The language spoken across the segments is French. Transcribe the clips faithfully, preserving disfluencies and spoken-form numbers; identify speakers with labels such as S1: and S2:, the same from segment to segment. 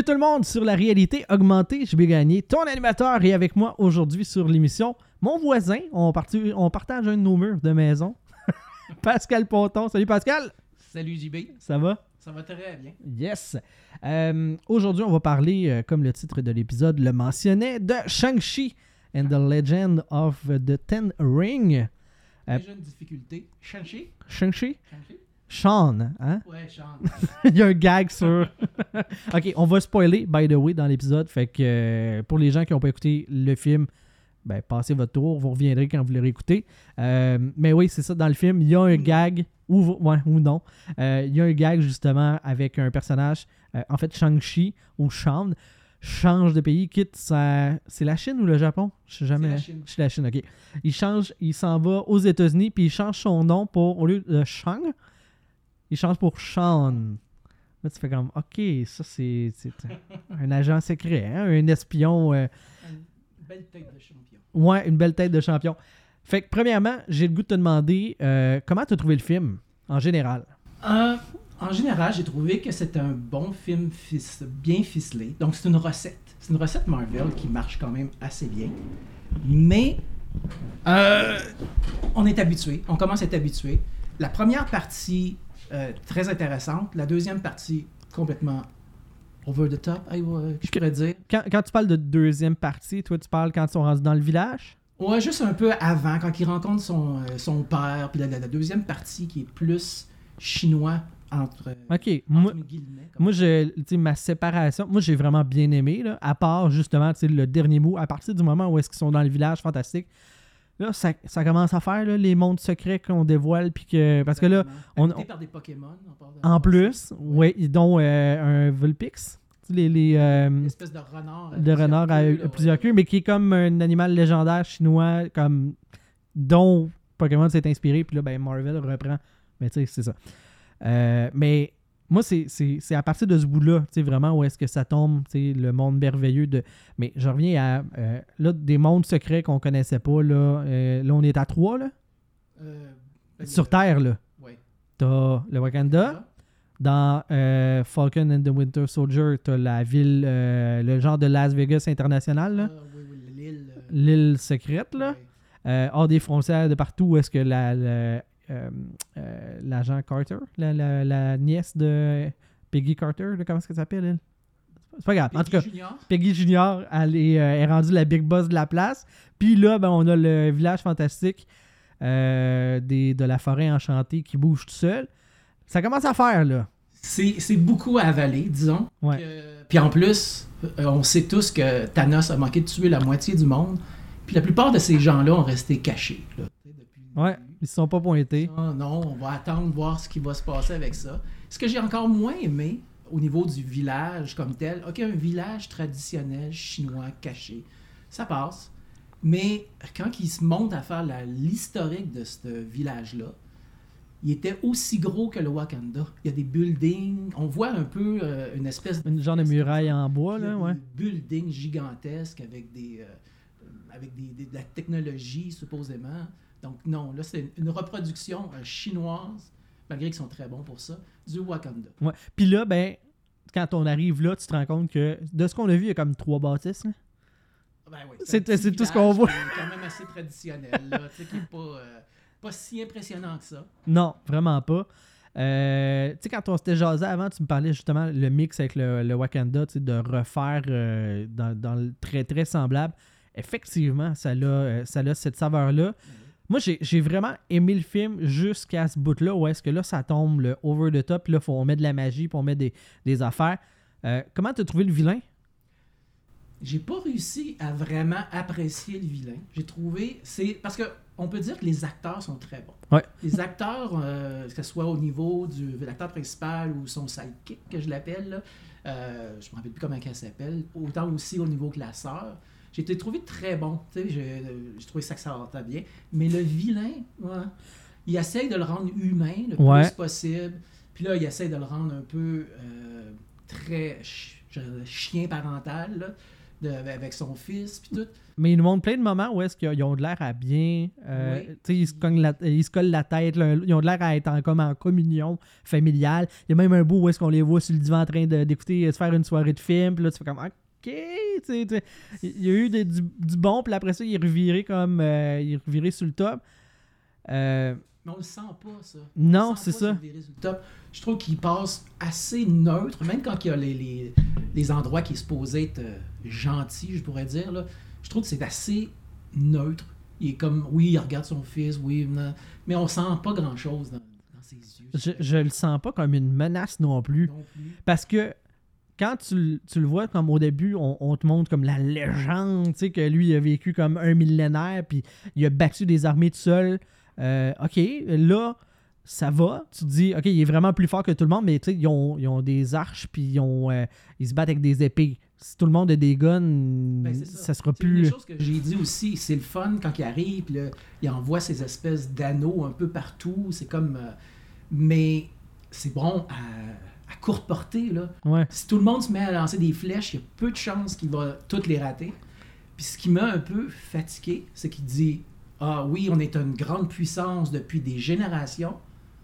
S1: Bienvenue tout le monde sur la réalité augmentée. Je vais gagner ton animateur et avec moi aujourd'hui sur l'émission, mon voisin. On, parti, on partage un de nos murs de maison. Pascal Ponton. Salut Pascal.
S2: Salut J B.
S1: Ça va?
S2: Ça va très bien.
S1: Yes. Euh, aujourd'hui, on va parler, euh, comme le titre de l'épisode le mentionnait, de Shang-Chi and the Legend of the Ten Ring.
S2: Euh, Déjà une difficulté. Shang-Chi?
S1: Shang-Chi?
S2: Shang-Chi?
S1: Sean, hein?
S2: Ouais, Sean.
S1: Il y a un gag sur... OK, on va spoiler, by the way, dans l'épisode. Fait que euh, pour les gens qui n'ont pas écouté le film, ben, passez votre tour. Vous reviendrez quand vous l'aurez écouté. Euh, mais oui, c'est ça. Dans le film, il y a un gag, ou, ouais, ou non. Euh, il y a un gag, justement, avec un personnage, euh, en fait, Shang-Chi, ou Sean, change de pays, quitte sa... C'est la Chine ou le Japon? Je sais jamais.
S2: C'est la Chine.
S1: C'est la Chine, OK. Il change, il s'en va aux États-Unis, puis il change son nom pour, au lieu de Shang, il change pour Sean. Là, tu fais comme, OK, ça, c'est, c'est un agent secret, hein? Un espion. Euh...
S2: Une belle tête de champion.
S1: Ouais, une belle tête de champion. Fait que, premièrement, j'ai le goût de te demander euh, comment tu as trouvé le film, en général?
S2: Euh, en général, j'ai trouvé que c'était un bon film fic- bien ficelé. Donc, c'est une recette. C'est une recette Marvel qui marche quand même assez bien. Mais, euh, on est habitué. On commence à être habitué. La première partie... Euh, très intéressante. La deuxième partie, complètement over the top, euh, je pourrais dire.
S1: Quand, quand tu parles de deuxième partie, toi, tu parles quand ils sont rendus dans le village?
S2: Ouais, juste un peu avant, quand il rencontre son, euh, son père. Puis la, la, la deuxième partie qui est plus chinois, entre,
S1: OK.
S2: entre
S1: Moi,
S2: guillemets. Comme
S1: moi je, tu sais, ma séparation, moi, j'ai vraiment bien aimé, là, à part, justement, tu sais, le dernier mot. À partir du moment où est-ce qu'ils sont dans le village, fantastique. Là, ça, ça commence à faire là, les mondes secrets qu'on dévoile. Puis que, parce que là, on, on,
S2: par des Pokémon. On parle de
S1: en plus, oui, ouais, dont euh, un Vulpix. Les, les, euh,
S2: une espèce de renard.
S1: De renard à,
S2: queues,
S1: à plusieurs queues, mais qui est comme un animal légendaire chinois, comme dont Pokémon s'est inspiré. Puis là, ben, Marvel reprend. Mais tu sais, c'est ça. Euh, mais moi, c'est, c'est, c'est à partir de ce bout-là, tu sais, vraiment, où est-ce que ça tombe, tu sais, le monde merveilleux de... Mais je reviens à, euh, là, des mondes secrets qu'on connaissait pas, là. Euh, là, on est à trois, là.
S2: Euh, ben,
S1: Sur
S2: le...
S1: Terre, là.
S2: Oui.
S1: T'as le Wakanda. Dans euh, Falcon and the Winter Soldier, t'as la ville, euh, le genre de Las Vegas international, là.
S2: Ah, oui, oui, l'île... Euh...
S1: L'île secrète, là.
S2: Oui.
S1: Euh, hors des frontières de partout, où est-ce que la... la Euh, euh, l'agent Carter, la, la, la nièce de Peggy Carter, là, comment est-ce qu'elle s'appelle, elle? C'est pas grave.
S2: Peggy
S1: en tout cas,
S2: Junior.
S1: Peggy Junior, elle est, euh, est rendue la big boss de la place. Puis là, ben, on a le village fantastique euh, des, de la forêt enchantée qui bouge tout seul. Ça commence à faire, là.
S2: C'est, c'est beaucoup à avaler, disons.
S1: Ouais.
S2: Que... Puis en plus, euh, on sait tous que Thanos a manqué de tuer la moitié du monde. Puis la plupart de ces gens-là ont resté cachés, là.
S1: Ouais, ils se sont pas pointés.
S2: Ah, non, on va attendre voir ce qui va se passer avec ça. Ce que j'ai encore moins aimé au niveau du village comme tel, ok, un village traditionnel chinois caché, ça passe. Mais quand ils se montent à faire la, l'historique de ce village-là, il était aussi gros que le Wakanda. Il y a des buildings, on voit un peu euh, une espèce de...
S1: Une genre de muraille en bois, là, ouais.
S2: Des buildings gigantesques avec, des, euh, avec des, des, de la technologie, supposément. Donc non, là, c'est une reproduction euh, chinoise, malgré qu'ils sont très bons pour ça, du Wakanda.
S1: Ouais. Puis là, ben, quand on arrive là, tu te rends compte que de ce qu'on a vu, il y a comme trois bâtisses, là.
S2: Ben oui,
S1: c'est,
S2: c'est,
S1: c'est tout ce qu'on voit.
S2: Qui est quand même assez traditionnel, là, tu sais, qui n'est pas, euh, pas si impressionnant que ça.
S1: Non, vraiment pas. Euh, tu sais, quand on s'était jasé avant, tu me parlais justement le mix avec le, le Wakanda, tu sais, de refaire euh, dans, dans le très, très semblable. Effectivement, ça a, euh, ça a cette saveur-là. Mm-hmm. Moi, j'ai, j'ai vraiment aimé le film jusqu'à ce bout-là où est-ce que là, ça tombe le over the top, puis là, faut, on met de la magie, puis on met des, des affaires. Euh, comment t'as trouvé le vilain?
S2: J'ai pas réussi à vraiment apprécier le vilain. J'ai trouvé... c'est parce que on peut dire que les acteurs sont très bons.
S1: Ouais.
S2: Les acteurs, euh, que ce soit au niveau du, de l'acteur principal ou son sidekick, que je l'appelle, là, euh, je me rappelle plus comment elle s'appelle, autant aussi au niveau que la sœur, j'ai été trouvé très bon. Tu sais, j'ai, j'ai trouvé ça que ça sortait bien. Mais le vilain, ouais, il essaye de le rendre humain le
S1: ouais.
S2: plus possible. Puis là, il essaye de le rendre un peu euh, très ch- chien parental, là. de, avec son fils, puis tout.
S1: Mais ils nous montrent plein de moments où est-ce qu'ils ont de l'air à bien... Euh,
S2: Oui.
S1: tu sais, ils se cognent la- ils se collent la tête. Là, ils ont de l'air à être en, comme en communion familiale. Il y a même un bout où est-ce qu'on les voit sur le divan en train de, d'écouter, de se faire une soirée de film. Puis là, tu fais comme... OK! Tu sais, tu sais, il y a eu des- du, du bon, puis après ça, il est reviré comme... euh, il est reviré sur le top. Euh,
S2: Mais on le sent pas, ça.
S1: Non,
S2: On le sent
S1: c'est
S2: pas
S1: ça.
S2: sur les résultats. Je trouve qu'il passe assez neutre, même quand il y a les, les, les endroits qui est supposé être euh, gentil, je pourrais dire. Là. Je trouve que c'est assez neutre. Il est comme, oui, il regarde son fils, oui, non, mais on sent pas grand-chose dans, dans ses yeux.
S1: je, je le sens pas comme une menace non plus.
S2: Non plus.
S1: Parce que quand tu, tu le vois, comme au début, on, on te montre comme la légende, tu sais, que lui, il a vécu comme un millénaire, puis il a battu des armées tout seul. Euh, OK, là, ça va. Tu te dis, OK, il est vraiment plus fort que tout le monde, mais tu sais, ils ont, ils ont des arches, puis ils, ont, euh, ils se battent avec des épées. Si tout le monde a des guns,
S2: Ben, c'est
S1: ça.
S2: ça.
S1: sera
S2: C'est une
S1: plus...
S2: des choses que j'ai dit aussi, c'est le fun quand il arrive, puis là, il envoie ces espèces d'anneaux un peu partout. C'est comme. euh, mais c'est bon à, à courte portée, là.
S1: Ouais.
S2: Si tout le monde se met à lancer des flèches, il y a peu de chances qu'il va toutes les rater. Puis ce qui m'a un peu fatigué, c'est qu'il dit ah oui, on est une grande puissance depuis des générations,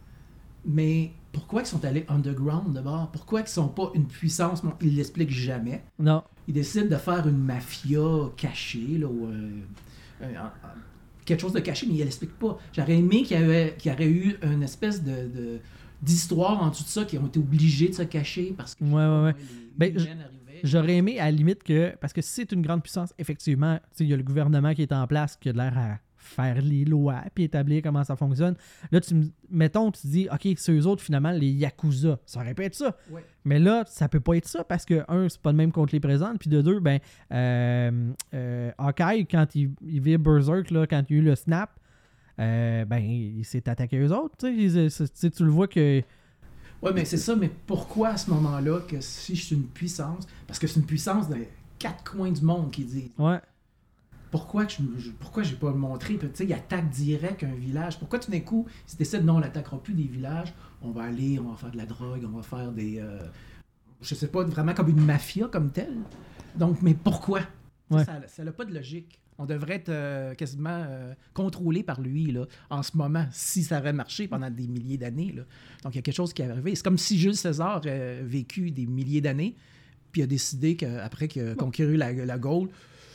S2: mais pourquoi ils sont allés underground d'abord? Pourquoi ils sont pas une puissance? Bon, il l'explique jamais.
S1: Non.
S2: Il décide de faire une mafia cachée, là, ou, euh, euh, euh, quelque chose de caché, mais il l'explique pas. J'aurais aimé qu'il y, avait, qu'il y aurait eu une espèce de, de, d'histoire en tout ça, qui ont été obligés de se cacher parce que
S1: Ouais, ouais, ouais.
S2: les,
S1: Ben,
S2: les
S1: j-
S2: jeunes arrivaient.
S1: J'aurais aimé, à la limite, que... Parce que si c'est une grande puissance, effectivement, tu sais, il y a le gouvernement qui est en place, qui a l'air à faire les lois, puis établir comment ça fonctionne. Là, tu me- mettons, tu te dis, OK, c'est eux autres, finalement, les Yakuza. Ça aurait pu être ça.
S2: Ouais.
S1: Mais là, ça peut pas être ça, parce que, un, c'est pas le même contre les présentes, puis de deux, ben, euh, euh, Hawkeye, quand il, il vit Berserk, là, quand il y a eu le snap, euh, ben, il s'est attaqué eux autres, tu sais, il- c'est- tu sais, tu le vois que...
S2: Oui, mais c'est ça, mais pourquoi à ce moment-là que si je suis une puissance, parce que c'est une puissance de quatre coins du monde qui dit
S1: Ouais.
S2: pourquoi que je, je- pourquoi j'ai pas montré, puis tu sais, il attaque direct un village, pourquoi tout d'un coup, ils se décident non, on n'attaquera plus des villages, on va aller, on va faire de la drogue, on va faire des, euh, je sais pas, vraiment comme une mafia comme telle. Donc, mais pourquoi?
S1: Ouais.
S2: Ça n'a pas de logique. On devrait être euh, quasiment euh, contrôlé par lui là, en ce moment, si ça aurait marché pendant des milliers d'années. Là. Donc, il y a quelque chose qui est arrivé. C'est comme si Jules César a vécu des milliers d'années, puis a décidé qu'après qu'il a conquéri la, la Gaule,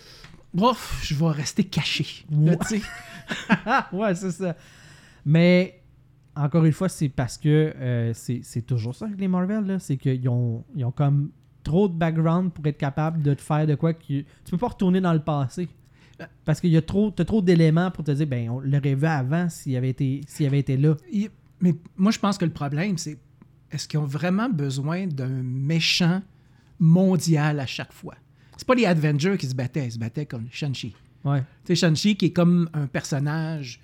S2: bof, je vais rester caché. Là, tu sais.
S1: Ouais, c'est ça. Mais, encore une fois, c'est parce que euh, c'est, c'est toujours ça avec les Marvel, là. C'est qu'ils ont, ils ont comme trop de background pour être capable de te faire de quoi que tu peux pas retourner dans le passé. Parce qu'il y a trop, t'as trop d'éléments pour te dire, ben, on l'aurait vu avant s'il avait été, s'il avait été là.
S2: Il- Mais moi, je pense que le problème, c'est est-ce qu'ils ont vraiment besoin d'un méchant mondial à chaque fois? C'est pas les Avengers qui se battaient, ils se battaient comme Shang-Chi.
S1: Ouais.
S2: Tu sais, Shang-Chi qui est comme un personnage.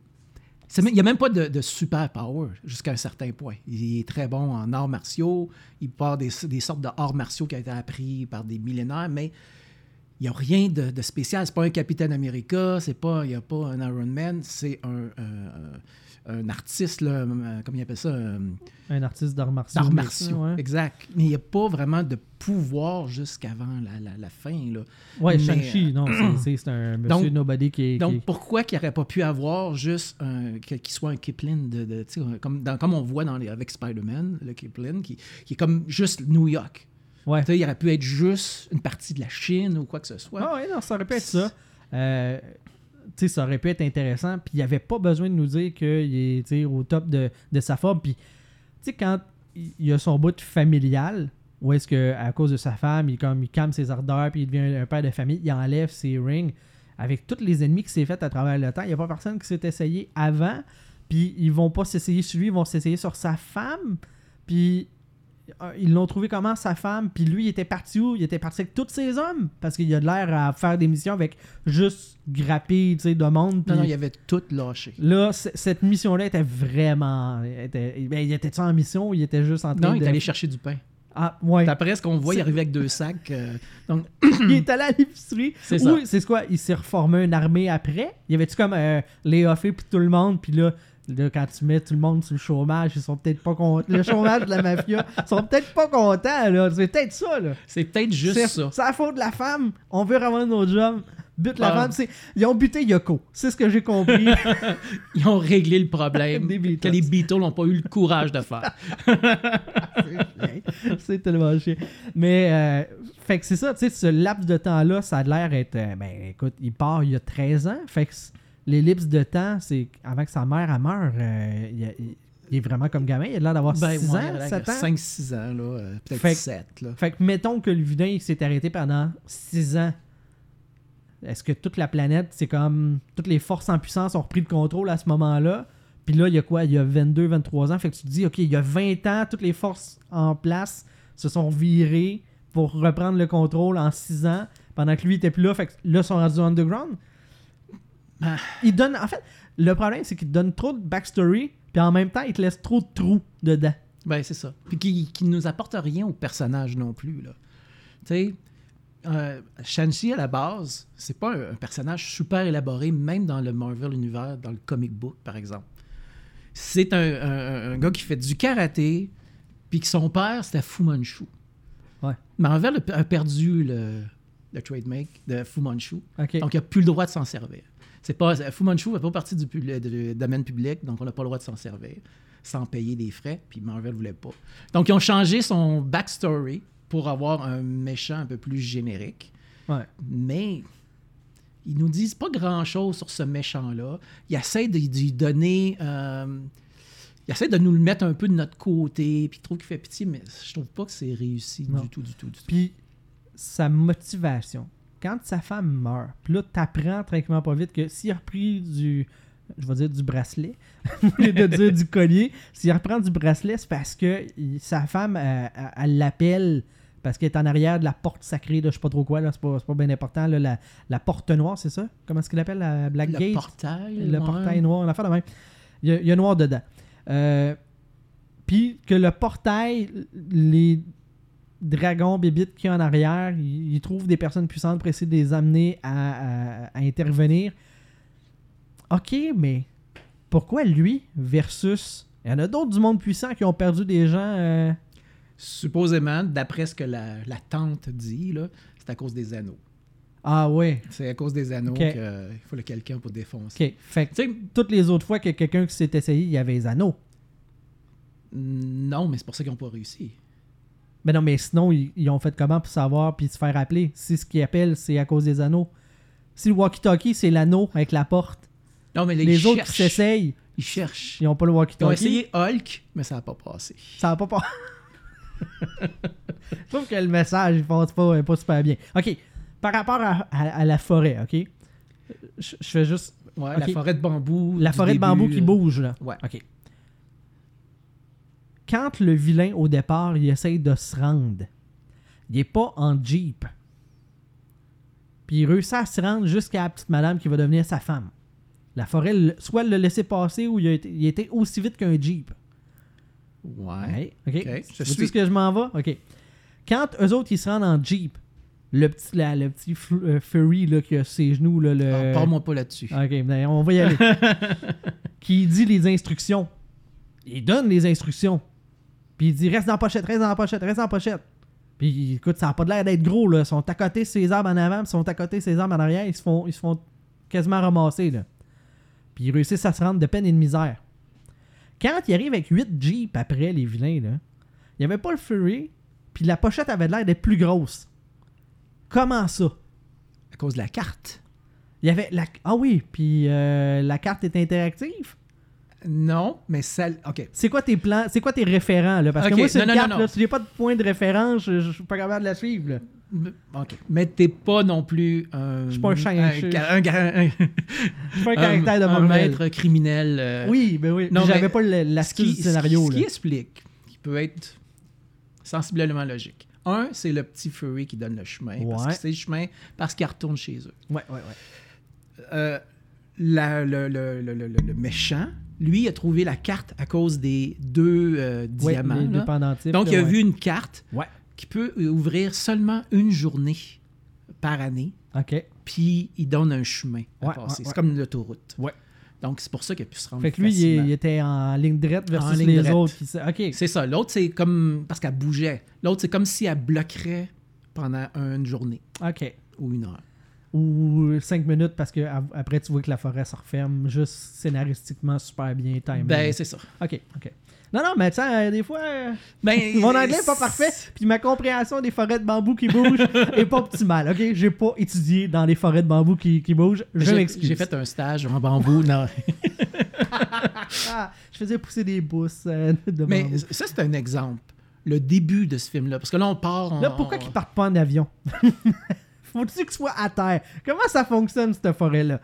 S2: c'est même- Il n'y a même pas de, de super power jusqu'à un certain point. Il est très bon en arts martiaux. Il part des, des sortes de arts martiaux qui ont été appris par des millénaires, mais il n'y a rien de, de spécial. C'est pas un Capitaine America, c'est pas, il n'y a pas un Iron Man, c'est un, un, un artiste, là, euh, comment il appelle ça? euh,
S1: Un artiste d'arts martiaux.
S2: D'arts
S1: mais-
S2: martiaux,
S1: Ouais,
S2: exact. Mais il n'y a pas vraiment de pouvoir jusqu'avant la, la, la fin. Là.
S1: ouais
S2: Mais,
S1: Shang-Chi,
S2: euh,
S1: non, c'est, c'est, c'est un monsieur
S2: donc-
S1: nobody qui est...
S2: Donc,
S1: qui est-
S2: pourquoi qu'il n'aurait pas pu avoir juste un, que- qu'il soit un Kipling, de, de, tu sais, comme, dans, comme on voit dans les, avec Spider-Man, le Kipling, qui, qui est comme juste New York.
S1: Ouais.
S2: Tu sais, il aurait pu être juste une partie de la Chine ou quoi que ce soit.
S1: Ah ouais, non, ça aurait pu être ça. Euh, tu sais, ça aurait pu être intéressant. Puis il n'y avait pas besoin de nous dire qu'il est tu sais, au top de, de sa forme. Puis, tu sais, quand il a son bout familial, où est-ce qu'à cause de sa femme, il, comme, il calme ses ardeurs, puis il devient un père de famille, il enlève ses rings. Avec tous les ennemis qui s'est fait à travers le temps, il n'y a pas personne qui s'est essayé avant. Puis ils vont pas s'essayer sur lui, ils vont s'essayer sur sa femme. Puis euh, ils l'ont trouvé comment, sa femme? Puis lui, il était parti où? Il était parti avec tous ses hommes. Parce qu'il a de l'air à faire des missions avec juste grapper, tu sais, de monde.
S2: Non,
S1: puis
S2: non, il avait tout lâché.
S1: là, c- cette mission-là était vraiment... Était, ben, il était-tu en mission ou il était juste en train
S2: Non,
S1: de...
S2: il est allé chercher du pain.
S1: Ah, ouais.
S2: D'après ce qu'on voit, il
S1: C'est-
S2: arrivait avec deux sacs. euh, donc,
S1: Il est allé à l'épicerie.
S2: C'est
S1: Ou,
S2: ça.
S1: c'est quoi? Il s'est reformé une armée après. Il y avait-tu comme euh, les offés puis tout le monde, puis là, Là, quand tu mets tout le monde sur le chômage, ils sont peut-être pas contents. Le chômage de la mafia, ils sont peut-être pas contents, là. C'est peut-être ça, là.
S3: C'est peut-être juste
S1: c'est,
S3: ça.
S1: C'est la faute de la femme. On veut revoir nos jobs. Bute la
S3: Ah.
S1: femme. C'est... Ils ont buté Yoko. C'est ce que j'ai compris.
S3: Ils ont réglé le problème
S1: Des Beatles.
S3: que les Beatles n'ont pas eu le courage de faire.
S1: c'est, c'est tellement chiant. Mais, euh, fait que c'est ça, tu sais, ce laps de temps-là, ça a l'air être. Euh, ben, écoute, il part il y a treize ans. Fait que l'ellipse de temps, c'est avant que sa mère elle meure, euh, il, a- il- il est vraiment comme gamin. Il a l'air d'avoir
S3: Ben,
S1: six
S3: ouais,
S1: ans, sept ans.
S3: cinq six ans, là, euh, peut-être
S1: Fait que-
S3: sept. Là.
S1: Fait que mettons que le vilain il s'est arrêté pendant six ans. Est-ce que toute la planète, c'est comme. Toutes les forces en puissance ont repris le contrôle à ce moment-là? Puis là, il y a quoi? Il y a vingt-deux, vingt-trois ans. Fait que tu te dis, OK, il y a vingt ans, toutes les forces en place se sont virées pour reprendre le contrôle en six ans, pendant que lui était plus là. Fait que là, ils sont rendus underground.
S3: Ah.
S1: Il donne. En fait, le problème, c'est qu'il te donne trop de backstory, puis en même temps, il te laisse trop de trous dedans.
S3: Ben, c'est ça. Puis qui, qui nous apporte rien au personnage non plus, là. Tu sais, euh, Shang-Chi, à la base, c'est pas un, un personnage super élaboré, même dans le Marvel univers, dans le comic book, par exemple. C'est un, un- un gars qui fait du karaté, puis que son père, c'était Fu Manchu.
S1: Ouais.
S3: Marvel a, a perdu le, le trademark de Fu Manchu,
S1: OK.
S3: donc il n'a plus le droit de s'en servir. C'est pas, Fu Manchu ne fait pas partie du, pub- du domaine public, donc on n'a pas le droit de s'en servir sans payer des frais, puis Marvel ne voulait pas. Donc, ils ont changé son backstory pour avoir un méchant un peu plus générique.
S1: Ouais.
S3: Mais ils nous disent pas grand-chose sur ce méchant-là. Ils essaient de, de lui donner... euh, ils essaient de nous le mettre un peu de notre côté, puis ils trouvent qu'il fait pitié, mais je trouve pas que c'est réussi
S1: Non.
S3: du tout, du tout, du tout.
S1: Puis sa motivation. Quand sa femme meurt, puis là, t'apprends tranquillement pas vite que s'il a repris du, je vais dire du bracelet, au lieu de dire du collier, s'il reprend du bracelet, c'est parce que il- sa femme, elle, elle- elle l'appelle parce qu'elle est en arrière de la porte sacrée de je sais pas trop quoi, là, c'est pas, c'est pas bien important, là, la, la porte noire, c'est ça? Comment est-ce qu'il appelle la Black
S3: Le
S1: Gate?
S3: portail.
S1: Le
S3: ouais.
S1: portail noir, on a fait de même. Il y a, il y a noir dedans. Euh, Puis que le portail, les dragons bébites qu'il y a en arrière, ils, ils trouvent des personnes puissantes pour essayer de les amener à, à- à intervenir. OK, mais pourquoi lui versus... Il y en a d'autres du monde puissant qui ont perdu des gens... euh,
S3: Supposément, d'après ce que la, la tante dit, là, c'est à cause des anneaux.
S1: Ah ouais,
S3: C'est à cause des anneaux
S1: Ok.
S3: qu'il faut le quelqu'un pour défoncer.
S1: OK. Fait que
S3: Tu sais,
S1: toutes les autres fois que quelqu'un qui s'est essayé, il y avait les anneaux.
S3: non, mais c'est pour ça qu'ils n'ont pas réussi.
S1: Mais non, mais sinon, ils, ils ont fait comment pour savoir puis se faire appeler? Si ce qu'ils appellent, c'est à cause des anneaux. Si le walkie-talkie, c'est l'anneau avec la porte.
S3: Non, mais là,
S1: Les
S3: ils
S1: autres qui
S3: cherchent.
S1: s'essayent,
S3: Ils cherchent.
S1: ils n'ont pas le
S3: Ils ont
S1: walkie-talkie.
S3: essayé Hulk, mais ça n'a pas passé.
S1: Ça va pas pas. Je trouve que le message, il passe pas, pas super bien. OK. Par rapport à, à- à la forêt, OK? Je, je fais juste...
S3: Ouais,
S1: Ok.
S3: la forêt de bambou.
S1: La
S3: du
S1: forêt de
S3: début,
S1: bambou qui
S3: euh,
S1: bouge, là.
S3: Ouais.
S1: OK. Quand le vilain, au départ, il essaye de se rendre, il est pas en Jeep. Puis il réussit à se rendre jusqu'à la petite madame qui va devenir sa femme. La forêt, le- soit elle l'a laissé passer ou il, a été, il était aussi vite qu'un Jeep.
S3: Ouais.
S1: Ouais, OK.
S3: Ok, je
S1: Vois-tu
S3: suis.
S1: ce que je m'en vais? OK. Quand eux autres, ils se rendent en Jeep, le petit, la- le petit fu- euh, furry là, qui a ses genoux, là, le...
S3: Ah, parle-moi pas là-dessus.
S1: OK, ben, on va y aller. Qui dit les instructions. Il donne les instructions. Puis il dit reste dans la pochette, reste dans la pochette, reste dans la pochette. Puis écoute, ça n'a pas l'air d'être gros, là. Ils sont à côté ses arbres en avant, puis ils sont à côté ses arbres en arrière. Ils se font, ils se font quasiment ramasser, là. Puis ils réussissent à se rendre de peine et de misère. Quand ils arrivent avec huit Jeeps après, les vilains, là, il n'y avait pas le Fury, puis la pochette avait l'air d'être plus grosse. Comment ça?
S3: À cause de la carte.
S1: Il y avait la... Ah oui, puis euh, la carte est interactive?
S3: Non, mais celle. OK.
S1: C'est quoi tes plans, c'est quoi tes référents, là? Parce
S3: Ok,
S1: que moi, c'est
S3: non,
S1: une
S3: non,
S1: carte,
S3: non,
S1: là,
S3: non.
S1: si j'ai pas de point de référence, je, je suis pas capable de la suivre, là.
S3: OK. Mais t'es pas non plus un.
S1: Je suis pas un chien,
S3: Un,
S1: je-
S3: un, un, un-
S1: Je suis pas un caractère de
S3: un
S1: Marvel.
S3: maître criminel. euh,
S1: Oui, ben oui.
S3: Non,
S1: Non, j'avais
S3: mais
S1: pas le-
S3: ce
S1: l'astuce
S3: qui,
S1: du scénario,
S3: ce qui, ce
S1: là.
S3: qui explique, qui peut être sensiblement logique. Un, c'est le petit Fury qui donne le chemin. Parce
S1: Ouais.
S3: que c'est le chemin parce qu'il retourne chez eux.
S1: Ouais, ouais, ouais.
S3: Euh, la- le, le- le- le- le méchant, lui, a trouvé la carte à cause des deux euh,
S1: Ouais,
S3: diamants.
S1: les
S3: là.
S1: deux pendentifs,
S3: Donc,
S1: là,
S3: il a
S1: ouais.
S3: vu une carte
S1: Ouais.
S3: qui peut ouvrir seulement une journée par année,
S1: OK.
S3: puis il donne un chemin à
S1: Ouais,
S3: passer.
S1: ouais,
S3: C'est
S1: ouais.
S3: comme une autoroute.
S1: Ouais.
S3: Donc, c'est pour ça qu'il a pu se rendre
S1: Fait que lui, il,
S3: facilement.
S1: il était en ligne droite versus
S3: ligne
S1: les
S3: droite.
S1: autres. Qui... s- OK.
S3: C'est ça. L'autre, c'est comme... Parce qu'elle bougeait. L'autre, c'est comme si elle bloquerait pendant une journée
S1: OK.
S3: ou une heure.
S1: Ou cinq minutes parce que av- après tu vois que la forêt se referme, juste scénaristiquement super bien timé.
S3: Ben, c'est ça.
S1: OK, OK. Non, non, mais tu sais, euh, des fois, euh,
S3: Ben,
S1: mon anglais n'est pas parfait, puis ma compréhension des forêts de bambou qui bougent est pas optimale, OK? J'ai pas étudié dans les forêts de bambou qui, qui bougent, je
S3: J'ai-
S1: m'excuse.
S3: J'ai fait un stage en bambou. Non.
S1: Ah, je faisais pousser des bousses euh, de
S3: Mais
S1: bambou.
S3: ça, c'est un exemple. Le début de ce film-là. Parce que là, on part... on-
S1: Là, pourquoi
S3: on-
S1: qu'ils partent pas en avion? Faut-tu qu'ils soient à terre? Comment ça fonctionne, cette forêt-là?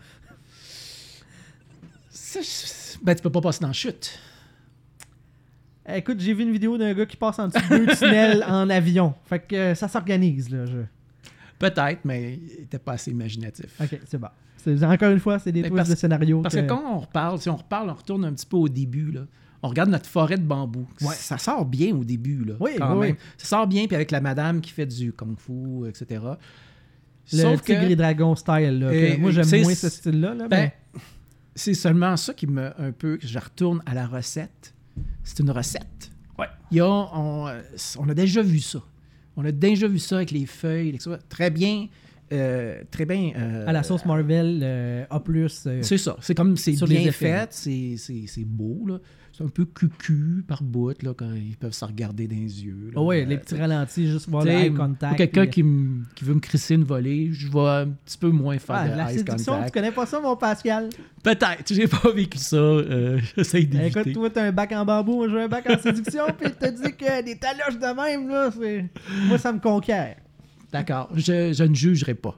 S3: Ça, je- Ben, tu peux pas passer dans la chute.
S1: Écoute, j'ai vu une vidéo d'un gars qui passe en dessous de deux tunnels en avion. Fait que euh, ça s'organise, là. Je...
S3: Peut-être, mais il était pas assez imaginatif.
S1: OK, c'est bon. C'est- encore une fois, c'est des
S3: Mais
S1: twists
S3: parce-
S1: de scénario.
S3: Parce que quand on reparle, si on reparle, on retourne un petit peu au début, là. On regarde notre forêt de bambou.
S1: Ouais.
S3: Ça sort bien au début, là.
S1: Oui,
S3: quand
S1: oui,
S3: même.
S1: oui.
S3: Ça sort bien, puis avec la madame qui fait du kung-fu, et cetera.
S1: Le
S3: Sauf
S1: Tigre
S3: que
S1: et Dragon style, là. que
S3: Et-
S1: moi, j'aime
S3: c'est-
S1: moins ce style-là. Là,
S3: ben,
S1: mais...
S3: c'est seulement ça qui me un peu que je retourne à la recette. C'est une recette.
S1: Ouais.
S3: Il y a, on, euh, on a déjà vu ça. On a déjà vu ça avec les feuilles, et cetera. Très bien. euh, très bien. euh,
S1: À la sauce Marvel, euh, A plus. euh,
S3: C'est ça. C'est comme c'est
S1: Sur les
S3: bien
S1: effets, là.
S3: fait, c'est, c'est, c'est beau. Là. C'est un peu cucu par bout là, quand ils peuvent se regarder dans les yeux. Là.
S1: oh ouais,
S3: Euh,
S1: les petits ralentis, juste voir le
S3: t'sais,
S1: eye contact.
S3: quelqu'un
S1: puis-
S3: qui, me- qui veut me crisser une volée, je vais un petit peu moins faire
S1: Ah,
S3: de
S1: la
S3: eye
S1: séduction, tu
S3: contact.
S1: connais pas ça, mon Pascal?
S3: Peut-être, j'ai pas vécu ça. Euh, j'essaye d'éviter.
S1: Écoute, toi, t'as un bac en bambou, moi, j'ai un bac en séduction, puis t'as dit que des taloches de même, là, c'est... Moi, ça me conquiert.
S3: D'accord, je, je ne jugerai pas.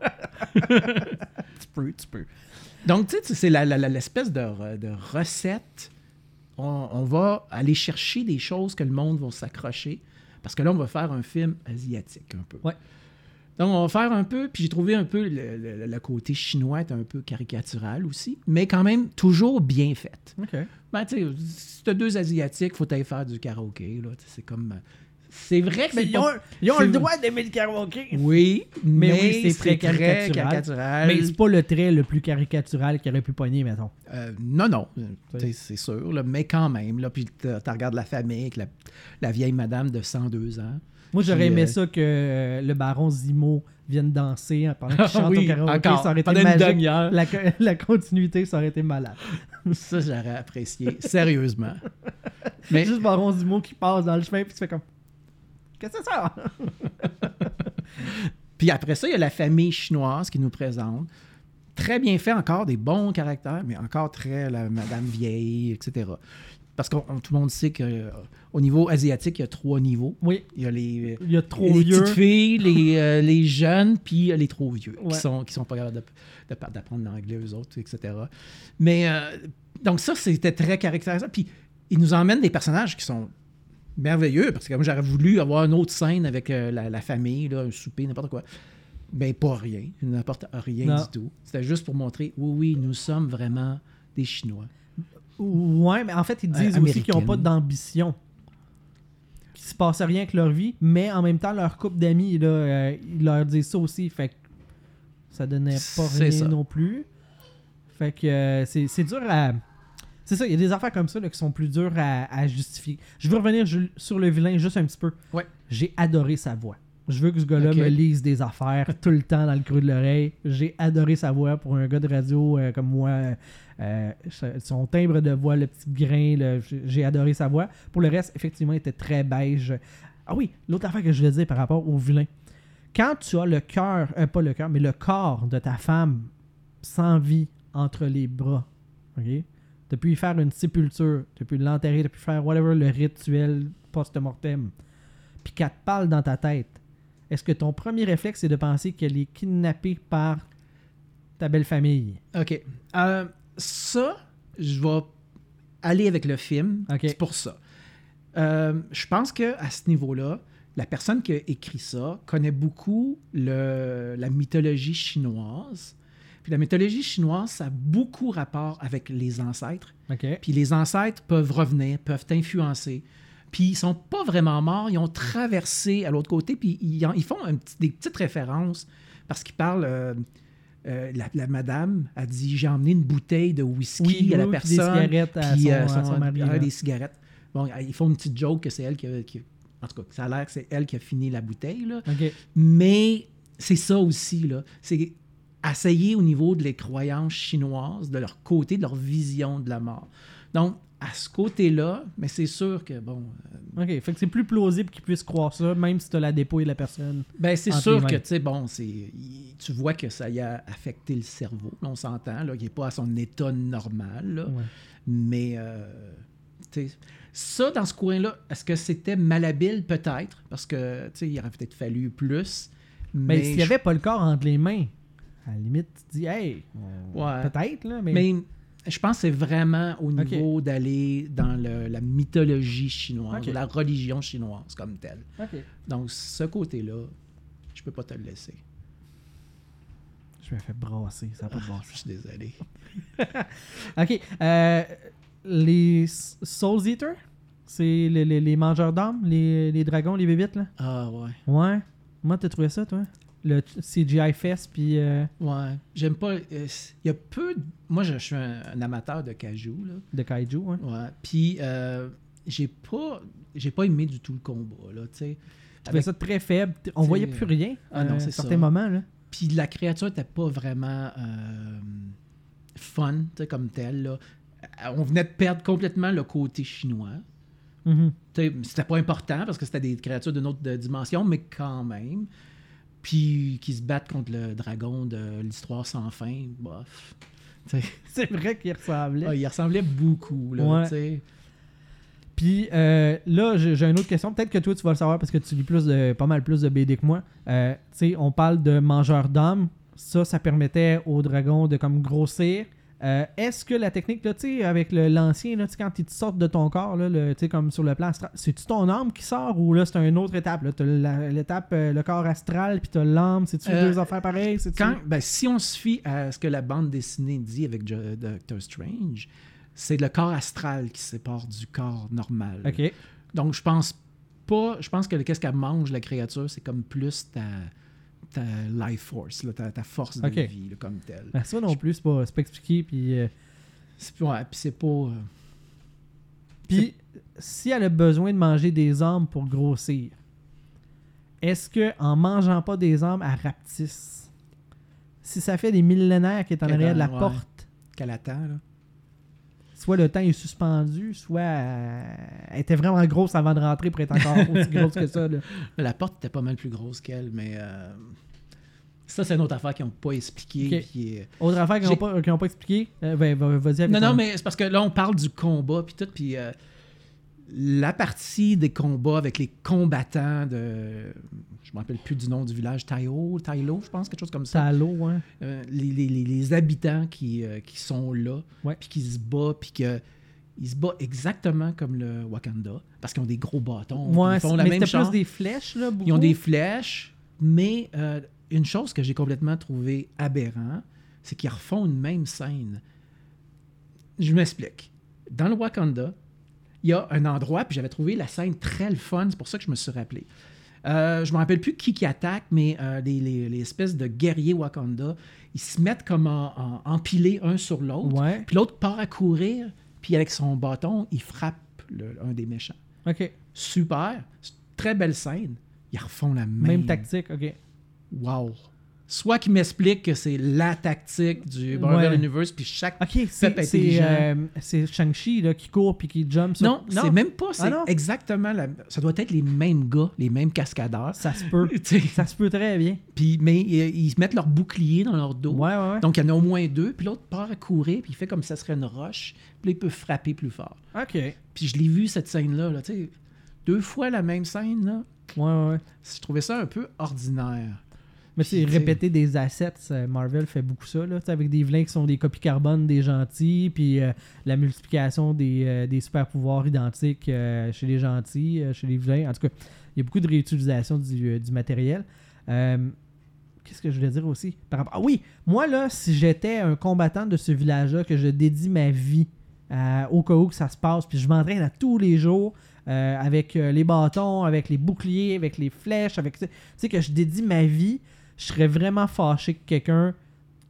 S1: Tu peux, tu peux.
S3: Donc, tu sais, c'est la, la- la- l'espèce de, re- de recette. On, on va aller chercher des choses que le monde va s'accrocher. Parce que là, on va faire un film asiatique un peu.
S1: Ouais.
S3: Donc, on va faire un peu, puis j'ai trouvé un peu le, le- le côté chinois est un peu caricatural aussi, mais quand même toujours bien fait.
S1: OK.
S3: Ben, tu sais, si t'as deux Asiatiques, faut aller faire du karaoké, là. Tu sais, c'est comme... C'est vrai que
S1: Mais
S3: c'est
S1: ils ont,
S3: pas...
S1: ils ont
S3: c'est-
S1: le droit d'aimer le karaoké.
S3: Oui, mais,
S1: Mais oui, c'est très
S3: très
S1: caricatural.
S3: caricatural.
S1: Mais c'est pas le trait le plus caricatural qu'il aurait pu pogner, mettons.
S3: Euh, non, non, euh, t'sais, c'est sûr, là, mais quand même. Là, puis tu regardes la famille avec la, la vieille madame de cent deux ans.
S1: Moi, j'aurais
S3: Puis,
S1: aimé
S3: euh,
S1: ça que euh, le baron Zimo vienne danser hein, pendant qu'il chante
S3: Oui,
S1: au karaoké.
S3: encore,
S1: Ça aurait été
S3: pendant une
S1: magique.
S3: demi-heure.
S1: La, co- la continuité, ça aurait été malade.
S3: Ça, j'aurais apprécié, sérieusement. Mais
S1: Juste Baron Zimo qui passe dans le chemin puis tu fais comme... Qu'est-ce que c'est ça?
S3: puis après ça, il y a la famille chinoise qui nous présente. Très bien fait, encore des bons caractères, mais encore très la madame vieille, et cetera. Parce que tout le monde sait qu'au niveau asiatique, il y a trois niveaux.
S1: Oui,
S3: Il y a les,
S1: il y a trop
S3: les
S1: vieux.
S3: petites filles, les, euh, les jeunes, puis euh, les trop vieux,
S1: Ouais.
S3: qui sont qui sont pas capables de- de- d'apprendre l'anglais eux autres, et cetera. Mais euh, donc ça, c'était très caractérisant. Puis ils nous emmènent des personnages qui sont merveilleux, parce que moi, j'aurais voulu avoir une autre scène avec euh, la, la famille, là, un souper, n'importe quoi. Ben, pas rien. Ils n'apportent rien
S1: Non.
S3: du tout. C'était juste pour montrer, oui, oui, nous sommes vraiment des Chinois.
S1: Ouais, mais en fait, ils disent
S3: Euh,
S1: aussi qu'ils n'ont pas
S3: américaine.
S1: d'ambition. Qu'il se passe rien avec leur vie, mais en même temps, leur couple d'amis, là, euh, ils leur disent ça aussi. Fait que ça donnait pas
S3: C'est
S1: rien
S3: ça.
S1: non plus. Fait que euh, c'est c'est dur à... C'est ça, il y a des affaires comme ça là, qui sont plus dures à, à justifier. Je veux revenir ju- sur le vilain juste un petit peu.
S3: Ouais.
S1: J'ai adoré sa voix. Je veux que ce gars-là
S3: Ok.
S1: me lise des affaires tout le temps dans le creux de l'oreille. J'ai adoré sa voix pour un gars de radio euh, comme moi. Euh, son timbre de voix, le petit grain, là, j'ai j'ai adoré sa voix. Pour le reste, effectivement, il était très beige. Ah oui, l'autre affaire que je voulais dire par rapport au vilain. Quand tu as le cœur, euh, pas le cœur, mais le corps de ta femme sans vie entre les bras, ok? Tu as pu y faire une sépulture, tu as pu l'enterrer, tu as pu faire whatever le rituel post-mortem, puis qu'elle te parle dans ta tête, est-ce que ton premier réflexe, c'est de penser qu'elle est kidnappée par ta belle famille?
S3: OK. Euh, ça, je vais aller avec le film.
S1: OK.
S3: C'est pour ça. Euh, je pense qu'à ce niveau-là, la personne qui a écrit ça connaît beaucoup le, la mythologie chinoise. Puis la mythologie chinoise, ça a beaucoup rapport avec les ancêtres.
S1: OK.
S3: Puis les ancêtres peuvent revenir, peuvent influencer. Puis ils sont pas vraiment morts, ils ont traversé à l'autre côté, puis ils, en- ils font un petit- des petites références parce qu'ils parlent... euh, euh, la, la madame a dit « J'ai emmené une bouteille de whisky
S1: Oui,
S3: à la
S1: oui, puis
S3: personne. »
S1: des cigarettes à
S3: puis,
S1: son,
S3: euh,
S1: à son mari.
S3: ah,
S1: là.
S3: des cigarettes. Bon, ils font une petite joke que c'est elle qui a... Qui, en tout cas, ça a l'air que c'est elle qui a fini la bouteille, là.
S1: OK.
S3: Mais c'est ça aussi, là. C'est essayer au niveau de les croyances chinoises, de leur côté, de leur vision de la mort. Donc, à ce côté-là, mais c'est sûr que, bon... euh,
S1: OK. Fait que c'est plus plausible qu'ils puissent croire ça, même si tu as la dépouille de la personne.
S3: ben, c'est
S1: entre
S3: sûr
S1: les
S3: que,
S1: mains.
S3: tu sais, bon, c'est, il- tu vois que ça y a affecté le cerveau. Là, on s'entend, là, qu'il n'est pas à son état normal, là.
S1: Ouais.
S3: Mais, euh, tu sais, ça, dans ce coin-là, est-ce que c'était malhabile? Peut-être, parce que, tu sais, il aurait peut-être fallu plus.
S1: Mais,
S3: Mais,
S1: s'il n'y avait pas le corps entre les mains, à la limite, tu te dis, hey, on-
S3: Ouais.
S1: peut-être, là, mais.
S3: mais je pense que c'est vraiment au niveau d'aller dans le- la mythologie chinoise,
S1: Ok.
S3: ou la religion chinoise comme telle.
S1: OK.
S3: Donc, ce côté-là, je peux pas te le laisser.
S1: Je me fais brasser, ça n'a pas de bon
S3: Je
S1: sens.
S3: suis désolé.
S1: OK. Euh, les S- Soul Eater, c'est les, les, les mangeurs d'âmes, les, les dragons, les bébites, là?
S3: Ah, ouais.
S1: Ouais. Comment t'as trouvé ça, toi? Le C G I Fest, puis... euh,
S3: Ouais. J'aime pas. Il y a peu. de- Moi, je, je suis un, un amateur de cajou, là.
S1: de Kaiju, ouais.
S3: Ouais. Puis, euh, j'ai pas. J'ai pas aimé du tout le combat, là, tu sais.
S1: Je trouvais ça très faible. On
S3: t'sais,
S1: voyait plus rien
S3: ah non,
S1: à
S3: c'est
S1: certains
S3: ça.
S1: moments, là.
S3: Puis la créature n'était pas vraiment euh, fun, tu sais, comme telle, là. On venait de perdre complètement le côté chinois.
S1: Mhm.
S3: Tu sais, c'était pas important parce que c'était des créatures d'une autre euh, dimension, mais quand même. Puis qui se battent contre le dragon de l'histoire sans fin, bof. Tu sais,
S1: C'est vrai qu'il ressemblait.
S3: ah, il ressemblait beaucoup, là,
S1: Ouais.
S3: tu sais.
S1: Puis euh, là, j'ai j'ai une autre question. Peut-être que toi, tu vas le savoir parce que tu lis plus de, pas mal plus de B D que moi. Euh, tu sais, on parle de mangeurs d'âmes. Ça, ça permettait aux dragons de comme grossir. Euh, Est-ce que la technique, là, tu sais, avec le- l'ancien, là, tu sais, quand ils te sortent de ton corps, là, le- tu sais, comme sur le plan astral, c'est-tu ton âme qui sort ou là, c'est une autre étape? Là? T'as la- l'étape, euh, le corps astral, puis t'as l'âme. C'est-tu
S3: Euh,
S1: deux affaires pareilles? C'est-tu-
S3: Quand, ben, si on se fie à ce que la bande dessinée dit avec Jo- Doctor Strange, c'est le corps astral qui se sépare du corps normal.
S1: OK.
S3: Donc, je pense pas. Je pense que le- qu'est-ce qu'elle mange, la créature, c'est comme plus ta, ta life force, là, ta, ta force de
S1: Ok.
S3: vie, là, comme telle.
S1: Ben, ça non plus, c'est pas, c'est pas expliqué. Puis, euh,
S3: C'est, ouais, puis c'est pas. euh,
S1: puis si elle a besoin de manger des âmes pour grossir, est-ce que en mangeant pas des âmes, elle rapetisse? Si ça fait des millénaires qu'elle est en
S3: Qu'elle
S1: arrière de la
S3: ouais.
S1: porte,
S3: qu'elle attend, là.
S1: soit le temps est suspendu, soit euh, elle était vraiment grosse avant de rentrer pour être encore aussi grosse que ça. Là.
S3: La porte était pas mal plus grosse qu'elle, mais. euh, ça, c'est une autre affaire qu'ils n'ont pas expliqué.
S1: Ok.
S3: puis, euh,
S1: Autre affaire qu'ils n'ont
S3: J'ai-
S1: pas, qu'ils ont pas expliqué, euh, ben, va- vas-y avec
S3: Non,
S1: ton-
S3: non, mais c'est parce que là, on parle du combat, puis tout, puis euh, la partie des combats avec les combattants de... Je me rappelle plus du nom du village, Taio, Tailo, je pense, quelque chose comme ça.
S1: Ça à l'eau, hein.
S3: Euh, les, les- les- les habitants qui, euh, qui sont là,
S1: Ouais.
S3: puis qui se battent, puis que... Ils se battent exactement comme le Wakanda, parce qu'ils ont des gros bâtons.
S1: Ouais,
S3: ils font la
S1: mais
S3: même
S1: c'était
S3: chose.
S1: plus des flèches, là, beaucoup.
S3: Ils ont des flèches, mais euh, une chose que j'ai complètement trouvé aberrant, c'est qu'ils refont une même scène. Je m'explique. Dans le Wakanda, il y a un endroit, puis j'avais trouvé la scène très le fun, c'est pour ça que je me suis rappelé. Euh, je me rappelle plus qui qui attaque, mais euh, les, les- les espèces de guerriers Wakanda, ils se mettent comme en, en- empilés un sur l'autre,
S1: Ouais,
S3: puis l'autre part à courir, puis avec son bâton, il frappe le- un des méchants.
S1: ok.
S3: Super, c'est une très belle scène. Ils refont la même,
S1: Même tactique, ok.
S3: Wow. Soit qu'ils m'expliquent que c'est la tactique du Marvel
S1: Ouais.
S3: Universe, puis chaque...
S1: Ok,
S3: Pep
S1: c'est c'est,
S3: intelligent.
S1: euh, c'est Shang-Chi là, qui court puis qui jump sur...
S3: Non, c'est même pas. C'est
S1: Ah non?
S3: exactement la... Ça doit être les mêmes gars, les mêmes cascadeurs.
S1: Ça se peut.
S3: Tu sais,
S1: Ça se peut très bien.
S3: puis, mais euh, ils mettent leur bouclier dans leur dos.
S1: Ouais, ouais, ouais.
S3: Donc, il y en a au moins deux. Puis l'autre part à courir, puis il fait comme si ça serait une roche. Puis là, il peut frapper plus fort.
S1: Ok. Ouais,
S3: Puis je l'ai vu, cette scène-là. Là, tu sais, deux fois la même scène. Là.
S1: ouais, ouais.
S3: Je trouvais ça un peu ordinaire.
S1: Mais c'est
S3: Puis, tu sais-
S1: répéter des assets, euh, Marvel fait beaucoup ça, là, tu sais, avec des vilains qui sont des copies carbone des gentils, puis euh, la multiplication des, euh, des super pouvoirs identiques euh, chez les gentils, euh, chez les vilains. En tout cas, il y a beaucoup de réutilisation du, euh, du matériel. Euh, Qu'est-ce que je voulais dire aussi? Par rapport... Ah oui, moi là, si j'étais un combattant de ce village-là, que je dédie ma vie euh, au cas où que ça se passe, puis je m'entraîne à tous les jours euh, avec euh, les bâtons, avec les boucliers, avec les flèches, avec tu sais que je dédie ma vie, je serais vraiment fâché que quelqu'un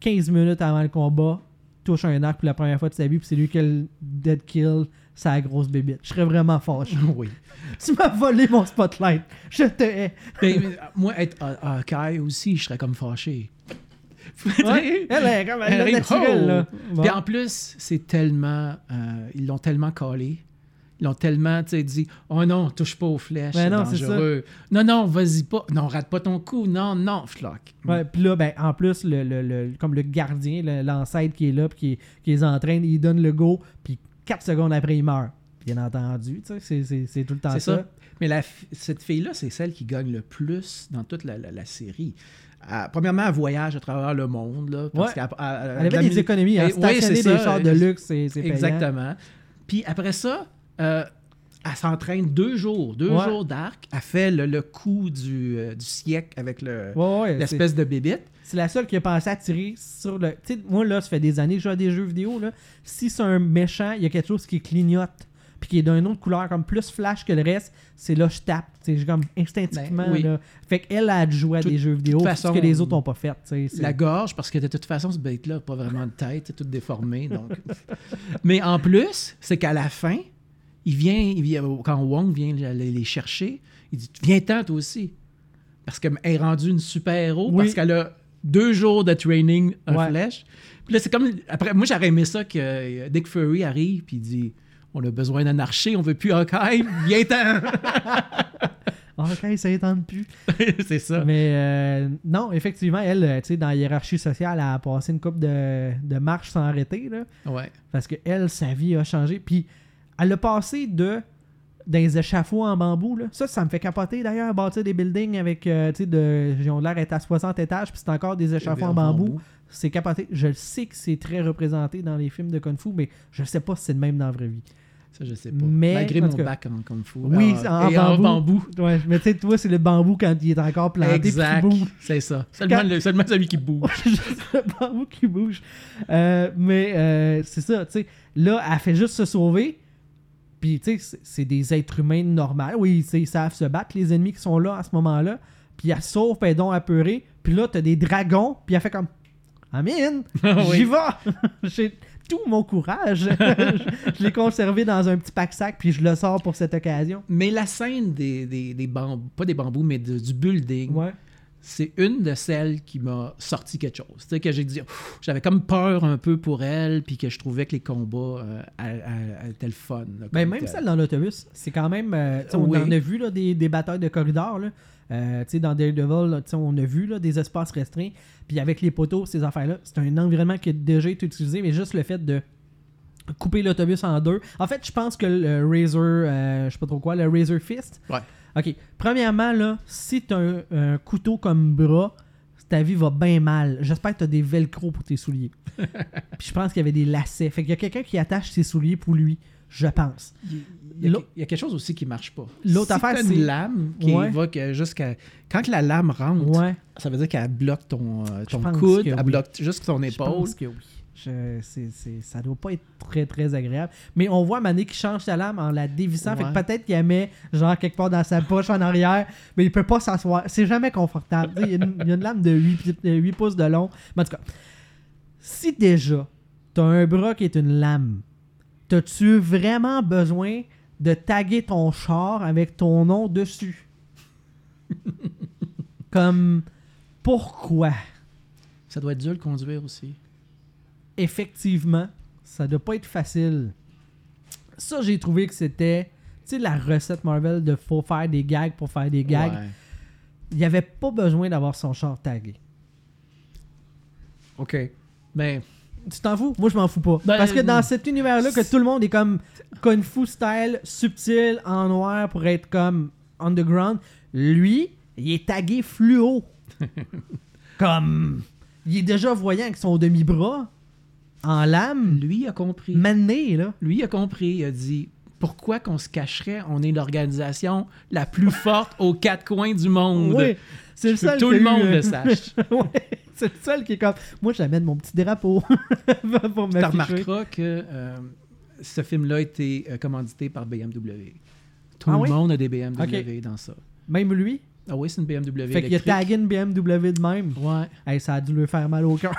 S1: quinze minutes avant le combat, touche un arc pour la première fois de sa vie, puis c'est lui qui a le dead kill, sa grosse bébite. Je serais vraiment fâché.
S3: Oui.
S1: Tu m'as volé mon spotlight. Je te hais.
S3: Mais, mais, moi, être Hawkeye aussi, je serais comme fâché.
S1: Ouais, elle est comme elle
S3: Elle
S1: est
S3: arrive,
S1: naturelle,
S3: oh!
S1: là. Bon.
S3: Puis en plus, c'est tellement... euh, ils l'ont tellement collé. Ils l'ont tellement, tu sais, dit « Oh non, touche pas aux flèches,
S1: Ben
S3: c'est
S1: non, c'est
S3: dangereux. Non, non, vas-y pas. Non, rate pas ton coup. Non, non, floc. »
S1: Ouais, puis là, ben, en plus, le, le, le- comme le gardien, le- l'ancêtre qui est là, puis qui, qui les entraîne, il donne le go, puis quatre secondes après, il meurt. Bien entendu, tu sais, c'est, c'est, c'est tout le temps
S3: C'est
S1: ça.
S3: ça. Mais la, fi- cette fille-là, c'est celle qui gagne le plus dans toute la, la, la série. Euh, premièrement, elle voyage à travers le monde. Là, parce
S1: Ouais.
S3: qu'elle- elle,
S1: Elle avait des économies, hein,
S3: Eh, oui,
S1: stationner
S3: c'est
S1: des
S3: ça.
S1: chars de luxe, c'est, c'est payant.
S3: Exactement. Puis après ça, euh, elle s'entraîne deux jours. Deux
S1: Ouais.
S3: jours d'arc. Elle fait le, le coup du, euh, du siècle avec le,
S1: Ouais, ouais, c'est,
S3: l'espèce de bébite.
S1: c'est la seule qui a pensé à tirer sur le... Tu sais, moi, là, ça fait des années que je joue à des jeux vidéo, là. Si c'est un méchant, il y a quelque chose qui clignote, puis qui est d'une autre couleur, comme plus flash que le reste, c'est là je tape. Tu sais, comme instinctivement,
S3: Ben, oui.
S1: là. Fait qu'elle a joué à
S3: Tout-
S1: des jeux vidéo,
S3: toute
S1: ce
S3: façon,
S1: que les autres n'ont pas fait. Tu sais, c'est-
S3: La gorge, parce que de toute façon, ce bête-là n'a pas vraiment de tête, c'est tout déformé. Donc... Mais en plus, c'est qu'à la fin, il vient, il vient, quand Wong vient les, les chercher, il dit « Viens-t'en, toi aussi. » Parce qu'elle est rendue une super-héros,
S1: Oui.
S3: parce qu'elle a deux jours de training en
S1: Ouais.
S3: flèche. Puis là, c'est comme... Après, moi, j'aurais aimé ça que euh, Dick Fury arrive, puis il dit « On a besoin d'un archer, on veut plus Hawkeye, viens-t'en. »
S1: Ah, ok, ça étend plus.
S3: C'est ça.
S1: Mais euh, non, effectivement, elle, euh, tu sais, dans la hiérarchie sociale, elle a passé une couple de, de marches sans arrêter, là.
S3: Ouais.
S1: Parce que elle, sa vie a changé. Puis elle a passé de des échafauds en bambou, là. Ça, ça me fait capoter d'ailleurs, bâtir des buildings avec, euh, tu sais, de, ils ont l'air d'être à soixante étages, puis c'est encore des échafauds en bambou. C'est capoté. Je le sais que c'est très représenté dans les films de Kung Fu, mais je sais pas si c'est le même dans la vraie vie.
S3: Ça, je sais pas.
S1: Mais,
S3: Malgré
S1: en
S3: mon
S1: tout cas,
S3: bac en Kung Fu.
S1: Oui,
S3: Ah,
S1: en,
S3: et
S1: bambou.
S3: en bambou.
S1: Ouais, mais tu sais, toi, c'est le bambou quand il est encore planté puis
S3: Exact.
S1: qu'il bouge.
S3: C'est ça. Seulement,
S1: Quand-
S3: le, seulement celui qui bouge.
S1: le bambou qui bouge. Euh, mais euh, c'est ça, tu sais. Là, elle fait juste se sauver. Puis, tu sais, c'est- c'est des êtres humains normaux. Oui, tu sais, ils savent se battre, les ennemis qui sont là à ce moment-là. Puis elle se sauve, puis elle est donc apeurée. Puis là, t'as des dragons, puis elle fait comme Amine,
S3: Oui.
S1: j'y vais. J'ai tout mon courage. je je l'ai conservé dans un petit pack-sac, puis je le sors pour cette occasion.
S3: Mais la scène des, des, des bambous, pas des bambous, mais de- du building,
S1: Ouais.
S3: c'est une de celles qui m'a sorti quelque chose. Tu sais, que j'ai dit, Ouf, j'avais comme peur un peu pour elle, puis que je trouvais que les combats euh, elles- elles- elles étaient le fun. là,
S1: Ben,
S3: comme
S1: même
S3: tel.
S1: celle dans l'autobus, c'est quand même. euh, tu sais, on
S3: Oui.
S1: en a vu là, des, des batailles de corridors. Là. Euh, tu sais, dans Daredevil, là, tu sais, on a vu là, des espaces restreints. Puis avec les poteaux, ces affaires-là, c'est un environnement qui a déjà été utilisé, mais juste le fait de couper l'autobus en deux. En fait, je pense que le Razor, euh, je sais pas trop quoi, le Razor Fist.
S3: Ouais.
S1: Ok. Premièrement, là, si t'as un, un couteau comme bras, ta vie va bien mal. J'espère que t'as des velcro pour tes souliers. Puis je pense qu'il y avait des lacets. Fait qu'il y a quelqu'un qui attache ses souliers pour lui. Je pense.
S3: Il il y, a,
S1: L'autre-
S3: il y a quelque chose aussi qui marche pas.
S1: L'autre
S3: si
S1: affaire,
S3: t'as
S1: c'est-
S3: une lame qui
S1: Ouais.
S3: évoque jusqu'à... Quand la lame rentre,
S1: Ouais.
S3: ça veut dire qu'elle bloque ton, euh, ton
S1: pense
S3: coude,
S1: que
S3: elle
S1: oui.
S3: bloque juste ton
S1: Je
S3: épaule.
S1: pense que oui. Je, c'est, c'est, ça doit pas être très très agréable. Mais on voit Mané qui change sa lame en la dévissant. Fait que
S3: Ouais.
S1: peut-être qu'il la met genre quelque part dans sa poche en arrière, mais il peut pas s'asseoir. C'est jamais confortable. Tu sais, Il y, a une- il y a une lame de huit pouces de long. Mais en tout cas, si déjà t'as un bras qui est une lame, t'as-tu vraiment besoin de taguer ton char avec ton nom dessus? Comme, pourquoi?
S3: Ça doit être dur de conduire aussi.
S1: Effectivement, ça doit pas être facile. Ça, j'ai trouvé que c'était, tu sais, la recette Marvel de faut faire des gags pour faire des gags.
S3: Ouais.
S1: Il n'y avait pas besoin d'avoir son char tagué.
S3: OK. Mais
S1: Tu t'en fous? Moi, je m'en fous pas.
S3: Ben,
S1: Parce que dans
S3: euh,
S1: cet univers-là, que tout le monde est comme Kung Fu style, subtil, en noir pour être comme underground, lui, il est tagué fluo. Comme, il est déjà voyant avec son demi-bras, en lame,
S3: lui a compris.
S1: mané, là.
S3: Lui il a compris. Il a dit pourquoi qu'on se cacherait? On est l'organisation la plus forte aux quatre coins du monde.
S1: Oui, c'est le
S3: Je veux
S1: seul
S3: que tout
S1: qui a
S3: le monde
S1: eu,
S3: le
S1: euh,
S3: sache.
S1: ouais, c'est le seul qui est comme moi j'amène mon petit drapeau pour
S3: Tu
S1: m'afficher.
S3: remarqueras que euh, ce film-là a été euh, commandité par B M W. Tout
S1: Ah
S3: le
S1: oui?
S3: monde a des B M W dans ça.
S1: Même lui?
S3: Ah oui, c'est une B M W
S1: Fait qu'il a
S3: électrique.
S1: tagué une B M W de même.
S3: Ouais.
S1: Hey, ça a dû lui faire mal au cœur.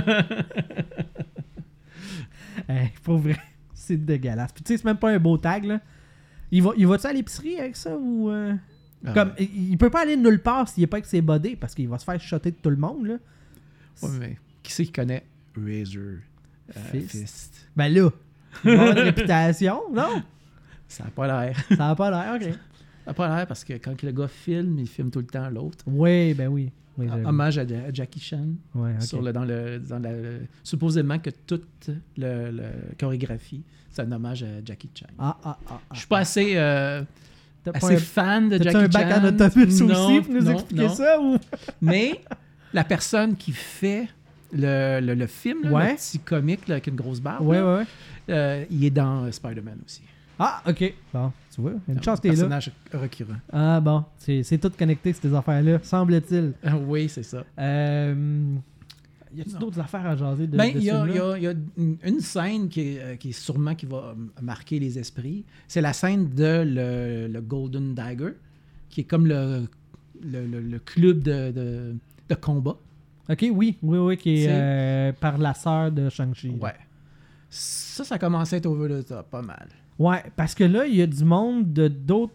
S1: Hey, pour vrai, c'est dégueulasse. Puis tu sais, c'est même pas un beau tag, là. Il va, il va-tu à l'épicerie avec ça ou... euh,
S3: Ah.
S1: Comme, il il peut pas aller nulle part s'il est pas avec ses bodés parce qu'il va se faire shotter de tout le monde, là.
S3: Ouais, mais qui c'est qui connaît Razor euh,
S1: Fist.
S3: Fist?
S1: Ben là, il va avoir une réputation, non?
S3: Ça n'a pas l'air.
S1: Ça a pas l'air, ok.
S3: Ça n'a pas l'air parce que quand le gars filme, il filme tout le temps l'autre.
S1: Oui, ben oui. oui j'avoue.
S3: Hommage à, à Jackie Chan.
S1: Ouais, ok.
S3: Sur le, dans le, dans la, supposément que toute le, le chorégraphie, c'est un hommage à Jackie Chan.
S1: Ah, ah, ah. ah.
S3: Je suis pas assez, euh,
S1: T'as pas
S3: assez
S1: un-
S3: fan de
S1: T'as-tu
S3: Jackie
S1: un bac
S3: Chan.
S1: en autobus
S3: Non,
S1: aussi pour nous
S3: non,
S1: expliquer
S3: non.
S1: ça? Ou...
S3: Mais la personne qui fait le, le, le film, là,
S1: Ouais.
S3: le petit comique là, avec une grosse barbe,
S1: Ouais,
S3: là,
S1: ouais, ouais.
S3: euh, il est dans euh, Spider-Man aussi.
S1: Ah, ok. Bon, tu vois, une
S3: Un
S1: chance t'es là.
S3: personnage récurrent.
S1: Ah bon, c'est c'est tout connecté, ces affaires-là, semble-t-il.
S3: Ah oui, c'est ça.
S1: Euh... Y a-t-il
S3: Non.
S1: d'autres affaires à jaser de,
S3: Ben,
S1: de
S3: il y, a-
S1: ce
S3: il y
S1: film-là?
S3: a- il y a une, une scène qui est, euh, qui est sûrement qui va euh, marquer les esprits. C'est la scène de le, le Golden Dagger, qui est comme le, le, le- le club de, de, de combat.
S1: Ok, oui, oui, oui, qui est
S3: C'est-
S1: euh, par la sœur de Shang-Chi.
S3: Ouais. Ça, ça commence à être over the top, pas mal.
S1: Ouais, parce que là, il y a du monde de d'autres.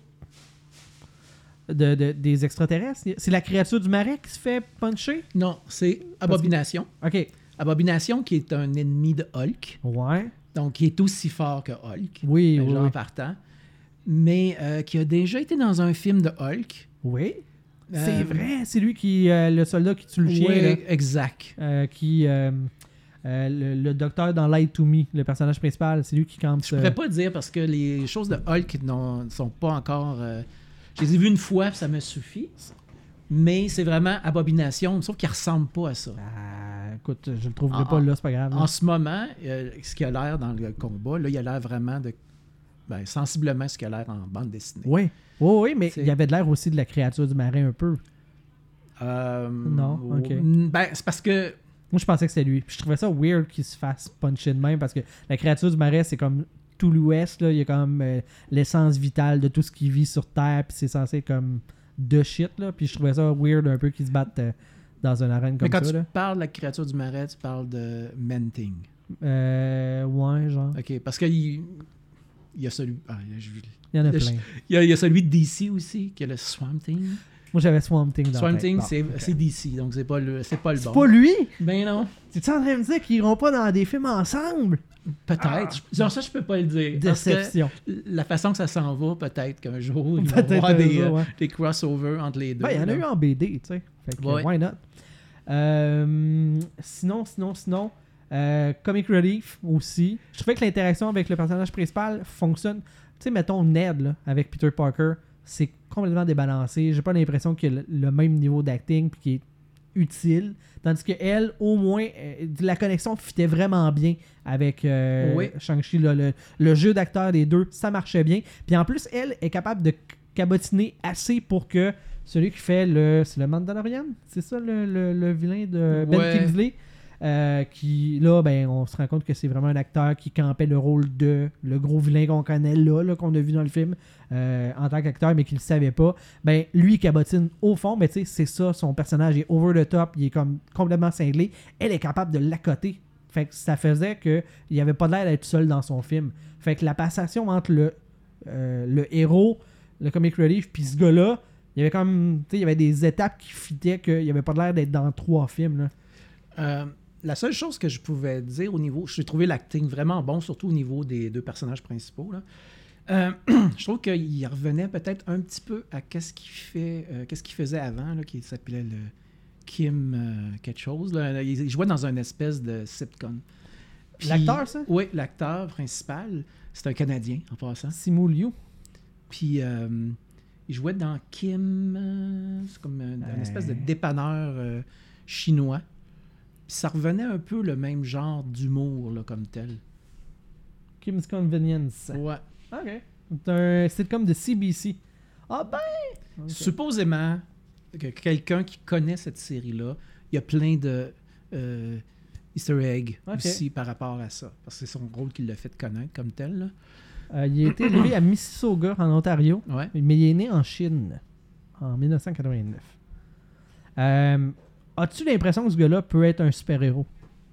S1: De, de- des extraterrestres. C'est la créature du marais qui se fait puncher?
S3: Non, c'est Abomination.
S1: Ok.
S3: Abomination qui est un ennemi de Hulk,
S1: Ouais.
S3: donc qui est aussi fort que Hulk,
S1: Oui,
S3: euh,
S1: oui.
S3: genre
S1: oui.
S3: partant, mais euh, qui a déjà été dans un film de Hulk.
S1: Oui.
S3: Euh,
S1: C'est vrai, c'est lui qui. euh, le soldat qui tue le chien.
S3: Ouais,
S1: là.
S3: exact.
S1: Euh, qui. euh, euh, le, le docteur dans Light to Me, le personnage principal, c'est lui qui campe.
S3: Je pourrais pas dire parce que les choses de Hulk ne sont pas encore. euh, je les ai vues une fois, ça me suffit. Mais c'est vraiment Abomination, sauf qu'il ressemble pas à ça.
S1: Ah, écoute, je le trouverai
S3: En-
S1: pas là, c'est pas grave. là.
S3: En ce moment, euh, ce qui a l'air dans le combat, là, il a l'air vraiment de. Ben, sensiblement ce qu'il a l'air en bande dessinée.
S1: Oui. Oui, oui, mais
S3: C'est-
S1: il y avait de l'air aussi de la créature du marais un peu.
S3: Euh,
S1: Non, ok.
S3: Ben, c'est parce que.
S1: Moi, je pensais que c'était lui. Puis je trouvais ça weird qu'il se fasse puncher de même parce que la créature du marais, c'est comme tout l'Ouest. Là. Il y a comme euh, l'essence vitale de tout ce qui vit sur Terre. Puis c'est censé être comme de shit. Là. Puis je trouvais ça weird un peu qu'ils se battent euh, dans une arène comme
S3: Mais quand
S1: ça.
S3: tu
S1: Là.
S3: parles de la créature du marais, tu parles de Manting.
S1: Euh, ouais, genre.
S3: OK, parce qu'il il y a celui. Ah, je-
S1: Il y en a
S3: Le-
S1: plein.
S3: il y, a, il y a celui de D C aussi, qui est le Swamp Thing.
S1: Moi, j'avais Swamp Thing dans la
S3: Swamp
S1: tête.
S3: Thing,
S1: Bon,
S3: c'est
S1: ok.
S3: c'est D C, donc c'est pas le, c'est pas le
S1: C'est
S3: bon.
S1: pas lui?
S3: Ben non.
S1: Tu en train de me dire qu'ils iront pas dans des films ensemble?
S3: Peut-être.
S1: Ah.
S3: Je- non, ça, je peux pas le dire. Parce que
S1: Déception.
S3: la façon que ça s'en va, peut-être qu'un jour, il va y
S1: Peut-être
S3: avoir
S1: un
S3: des,
S1: jour,
S3: euh,
S1: ouais.
S3: des crossovers entre les deux.
S1: Ben, il y en a
S3: là.
S1: eu en B D, tu sais. Fait que,
S3: Ouais.
S1: why not? Euh, sinon, sinon, sinon, euh, Comic Relief aussi. Je trouvais que l'interaction avec le personnage principal fonctionne. Tu sais, mettons Ned là, avec Peter Parker, c'est complètement débalancé. J'ai pas l'impression qu'il y a le, le même niveau d'acting puis qui est utile. Tandis que elle, au moins, euh, la connexion fitait vraiment bien avec euh,
S3: Oui.
S1: Shang-Chi. là. Le, le jeu d'acteur des deux, ça marchait bien. Puis en plus, elle est capable de c- cabotiner assez pour que celui qui fait le... C'est le Mandalorian? C'est ça le, le- le vilain de Ben
S3: Ouais.
S1: Kingsley? Euh, qui, là, ben, on se rend compte que c'est vraiment un acteur qui campait le rôle de le gros vilain qu'on connaît là, là, qu'on a vu dans le film euh, en tant qu'acteur, mais qu'il ne savait pas. Ben, lui, il cabotine au fond, mais tu sais, c'est ça, son personnage est over the top, il est comme complètement cinglé. Elle est capable de l'accoter. Fait que ça faisait qu'il n'y avait pas l'air d'être seul dans son film. Fait que la passation entre le, euh, le héros, le comic relief, puis ce gars-là, il y avait comme, tu sais, il y avait des étapes qui fitaient qu'il n'y avait pas l'air d'être dans trois films, là.
S3: Euh, la seule chose que je pouvais dire au niveau... J'ai trouvé l'acting vraiment bon, surtout au niveau des deux personnages principaux. Là. Euh, je trouve qu'il revenait peut-être un petit peu à qu'est-ce qu'il fait, euh, qu'est-ce qu'il faisait avant, là, qui s'appelait le Kim euh, quelque chose. Là. Il, il jouait dans une espèce de sitcom. Puis-
S1: L'acteur, ça?
S3: Oui, l'acteur principal. C'est un Canadien, en passant.
S1: Simu Liu.
S3: Puis euh, il jouait dans Kim... euh, c'est comme un, une espèce de
S1: Ouais.
S3: dépanneur euh, chinois. Puis ça revenait un peu le même genre d'humour, là, comme tel.
S1: Kim's Convenience.
S3: Ouais.
S1: Ok. C'est un sitcom de C B C. Ah ben! Ok.
S3: Supposément que quelqu'un qui connaît cette série-là, il y a plein de euh, easter eggs
S1: Ok.
S3: aussi par rapport à ça. Parce que c'est son rôle qui l'a fait connaître comme tel. Là.
S1: Euh, il a été élevé à Mississauga, en Ontario,
S3: Ouais.
S1: mais il est né en Chine. en dix-neuf cent quatre-vingt-neuf. Euh, as-tu l'impression que ce gars-là peut être un super-héros?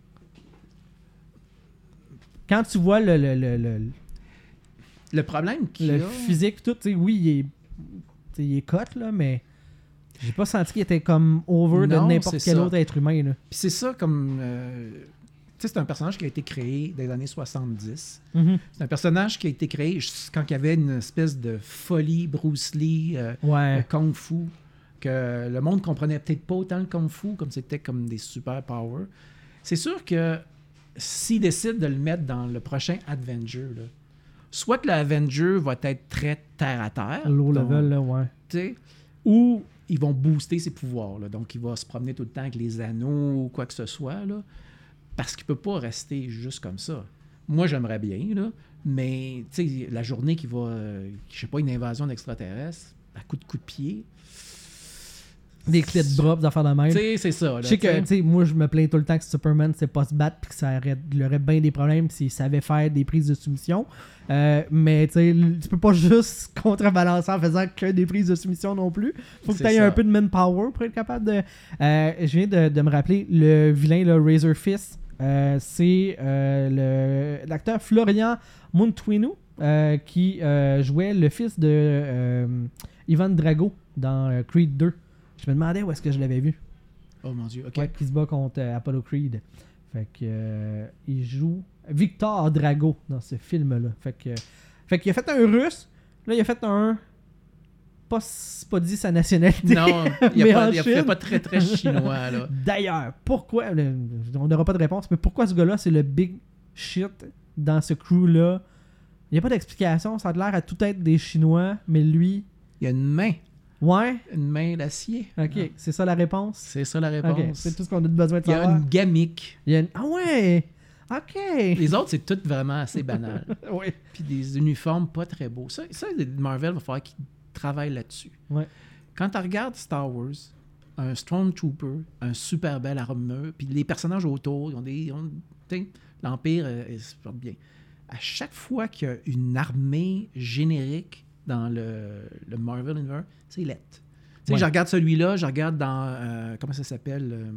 S1: Quand tu vois le, le, le, le,
S3: Le problème qu'il
S1: le
S3: a...
S1: physique, tout, tu sais, oui, il est, tu sais, il est cut, là, mais j'ai pas senti qu'il était comme over
S3: Non,
S1: de n'importe
S3: c'est
S1: quel
S3: ça.
S1: autre être humain. Là.
S3: Puis c'est ça comme... euh, Tu sais, c'est un personnage qui a été créé dans les années soixante-dix.
S1: Mm-hmm.
S3: C'est un personnage qui a été créé juste quand il y avait une espèce de folie Bruce Lee, euh,
S1: Ouais.
S3: le Kung Fu, que le monde comprenait peut-être pas autant le Kung Fu, comme c'était comme des super powers. C'est sûr que s'ils décident de le mettre dans le prochain Avenger, là, soit que l'Avenger va être très terre-à-terre,
S1: Low
S3: donc,
S1: level, là, ouais.
S3: tu sais, ou ils vont booster ses pouvoirs. Là. Donc, il va se promener tout le temps avec les anneaux ou quoi que ce soit, là, parce qu'il peut pas rester juste comme ça. Moi, j'aimerais bien, là, mais tu sais, la journée qui va, euh, je sais pas, une invasion d'extraterrestres, à coup de coup de pied...
S1: Des clés de bras, des affaires de même.
S3: Tu sais, c'est ça. Là,
S1: Je sais que,
S3: t'sais.
S1: tu sais, moi, je me plains tout le temps que Superman, c'est pas se battre, puis que ça aurait, il aurait bien des problèmes s'il savait faire des prises de soumission. Euh, mais, tu sais, tu peux pas juste contrebalancer en faisant que des prises de soumission non plus. Faut que
S3: C'est
S1: tu aies
S3: ça.
S1: un peu de manpower pour être capable de... Euh, je viens de, de me rappeler, le vilain, le Razor Fist, euh, c'est euh, le, l'acteur Florian Munteanu, euh, qui euh, jouait le fils de euh, Ivan Drago dans euh, Creed deux. Je me demandais où est-ce que je l'avais vu.
S3: Oh mon Dieu, OK.
S1: Ouais, qui se bat contre euh, Apollo Creed. Fait que euh, il joue Victor Drago dans ce film-là. Fait que, fait qu'il a fait un russe. Là, il a fait un. Pas, c'est pas dit sa nationalité.
S3: Non, il
S1: Mais
S3: a pas,
S1: en
S3: il a
S1: Chine.
S3: fait pas très très chinois, là.
S1: D'ailleurs, pourquoi. le- on n'aura pas de réponse, mais pourquoi ce gars-là, c'est le big shit dans ce crew-là? Il n'y a pas d'explication. Ça a l'air à tout être des Chinois, mais lui.
S3: Il y a une main,
S1: Ouais,
S3: une main d'acier.
S1: ok,
S3: Ah,
S1: c'est ça la réponse.
S3: c'est ça la réponse.
S1: Ok, c'est tout ce qu'on a besoin de
S3: Il y a
S1: savoir.
S3: une gamique.
S1: Il y a une- Ah ouais! Ok!
S3: Les autres, c'est tout vraiment assez banal.
S1: Oui.
S3: Puis des uniformes pas très beaux. Ça, ça Marvel va falloir qu'ils travaillent là-dessus.
S1: Ouais.
S3: Quand tu regardes Star Wars, un Stormtrooper, un super belle armure, puis les personnages autour, ils ont des... ils ont- t'sais, l'Empire, euh, il se porte bien. À chaque fois qu'il y a une armée générique dans le, le Marvel Universe, c'est lettre. Tu sais,
S1: Ouais.
S3: je regarde celui-là, je regarde dans... euh, comment ça s'appelle? euh,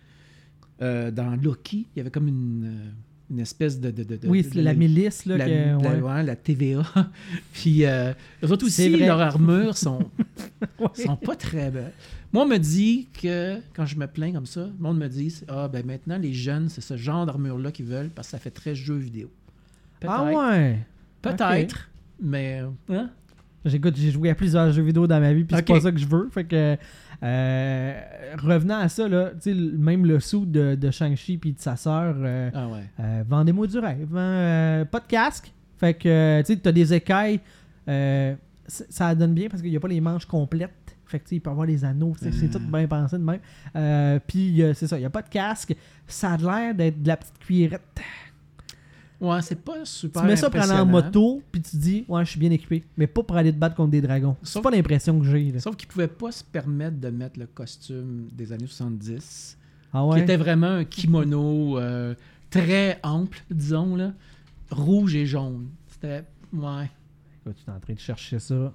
S3: euh, dans Loki, il y avait comme une, euh, une espèce de... de, de- de-
S1: Oui,
S3: de-
S1: c'est la
S3: de-
S1: milice, là.
S3: la,
S1: que-
S3: la-
S1: ouais.
S3: ouais, la T V A. Puis, euh, eux autres
S1: C'est
S3: aussi,
S1: vrai.
S3: leurs armures sont,
S1: Ouais.
S3: sont pas très belles. Moi, on me dit que, quand je me plains comme ça, le monde me dit, ah, ben maintenant, les jeunes, c'est ce genre d'armure-là qu'ils veulent parce que ça fait très jeu vidéo. Peut-être.
S1: Ah ouais!
S3: Peut-être, mais... Hein?
S1: J'écoute, j'ai joué à plusieurs jeux vidéo dans ma vie, puis
S3: Ok.
S1: c'est pas ça que je veux. Fait que, euh, revenant à ça, là, tu sais, même le sou de, de Shang-Chi puis de sa sœur, euh,
S3: Ah ouais.
S1: euh, vendez-moi du rêve. hein, euh, pas de casque. Fait que, euh, tu sais, t'as des écailles. euh, c- ça donne bien parce qu'il n'y a pas les manches complètes. Fait que, tu sais, il peut y avoir les anneaux. tu sais, C'est
S3: Mm.
S1: tout bien pensé de même. Euh, puis, euh, c'est ça, il n'y a pas de casque. Ça a l'air d'être de la petite cuillerette.
S3: Ouais, c'est pas super
S1: Tu mets ça pour aller en
S3: impressionnant.
S1: moto, puis tu dis, ouais, je suis bien équipé. Mais pas pour aller te battre contre des dragons. C'est
S3: Sauf-
S1: pas l'impression que j'ai. là.
S3: Sauf qu'ils pouvaient pas se permettre de mettre le costume des années soixante-dix,
S1: Ah
S3: qui
S1: ouais?
S3: était vraiment un kimono euh, très ample, disons, là, rouge et jaune. C'était... Ouais.
S1: Écoute, tu es en train de chercher ça.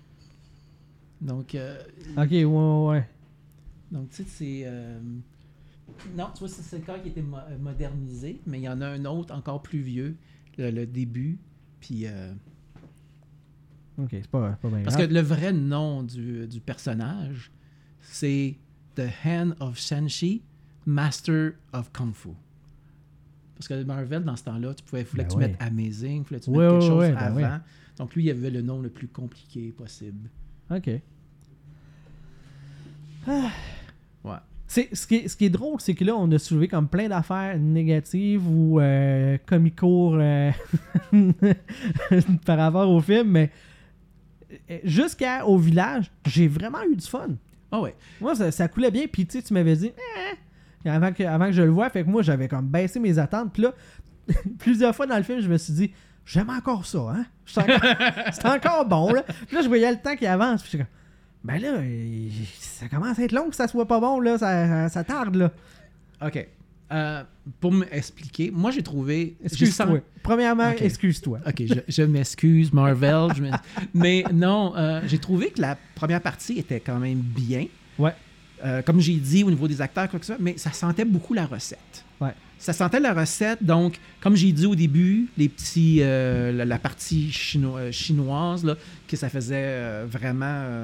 S3: Donc, euh,
S1: Ok, ouais, ouais, ouais.
S3: donc tu sais, c'est... euh, Non, tu vois, c'est c'est le corps qui a été mo- euh, modernisé, mais il y en a un autre encore plus vieux, le, le début, puis... euh,
S1: Ok, c'est pas, pas bien
S3: Parce
S1: grave.
S3: que le vrai nom du, du personnage, c'est The Hand of Shang-Chi, Master of Kung Fu. Parce que Marvel, dans ce temps-là, tu pouvais, fallait
S1: Ben
S3: que tu
S1: ouais.
S3: mettes Amazing, fallait que tu
S1: Ouais,
S3: mettes quelque
S1: ouais,
S3: chose
S1: ouais, ben
S3: avant.
S1: ouais.
S3: Donc lui, il avait le nom le plus compliqué possible.
S1: Ok.
S3: Ouais.
S1: C'est, ce, qui est, ce qui est drôle, c'est que là, on a soulevé comme plein d'affaires négatives ou euh, comico euh, par rapport au film, mais euh, jusqu'au village, j'ai vraiment eu du fun.
S3: Ah ouais.
S1: Moi, ça, ça coulait bien, puis tu sais, tu m'avais dit, eh, avant, que, avant que je le voie, fait que moi, j'avais comme baissé mes attentes, puis là, plusieurs fois dans le film, je me suis dit, j'aime encore ça, hein? C'est encore, c'est encore bon, là. Puis là, je voyais le temps qui avance, puis je suis comme, ben là, il- ça commence à être long que ça soit pas bon, là, ça, ça, ça tarde, là.
S3: OK. Euh, pour m'expliquer, moi j'ai trouvé...
S1: Excuse-toi.
S3: Sens...
S1: Premièrement,
S3: okay.
S1: excuse-toi.
S3: OK, je, je m'excuse, Marvel. je Mais non, euh, j'ai trouvé que la première partie était quand même bien.
S1: Ouais.
S3: Euh, comme j'ai dit, au niveau des acteurs, quoi que ce soit, mais ça sentait beaucoup la recette.
S1: Ouais.
S3: Ça sentait la recette, donc, comme j'ai dit au début, les petits, euh, la, la partie chino- euh, chinoise, là, que ça faisait euh, vraiment euh,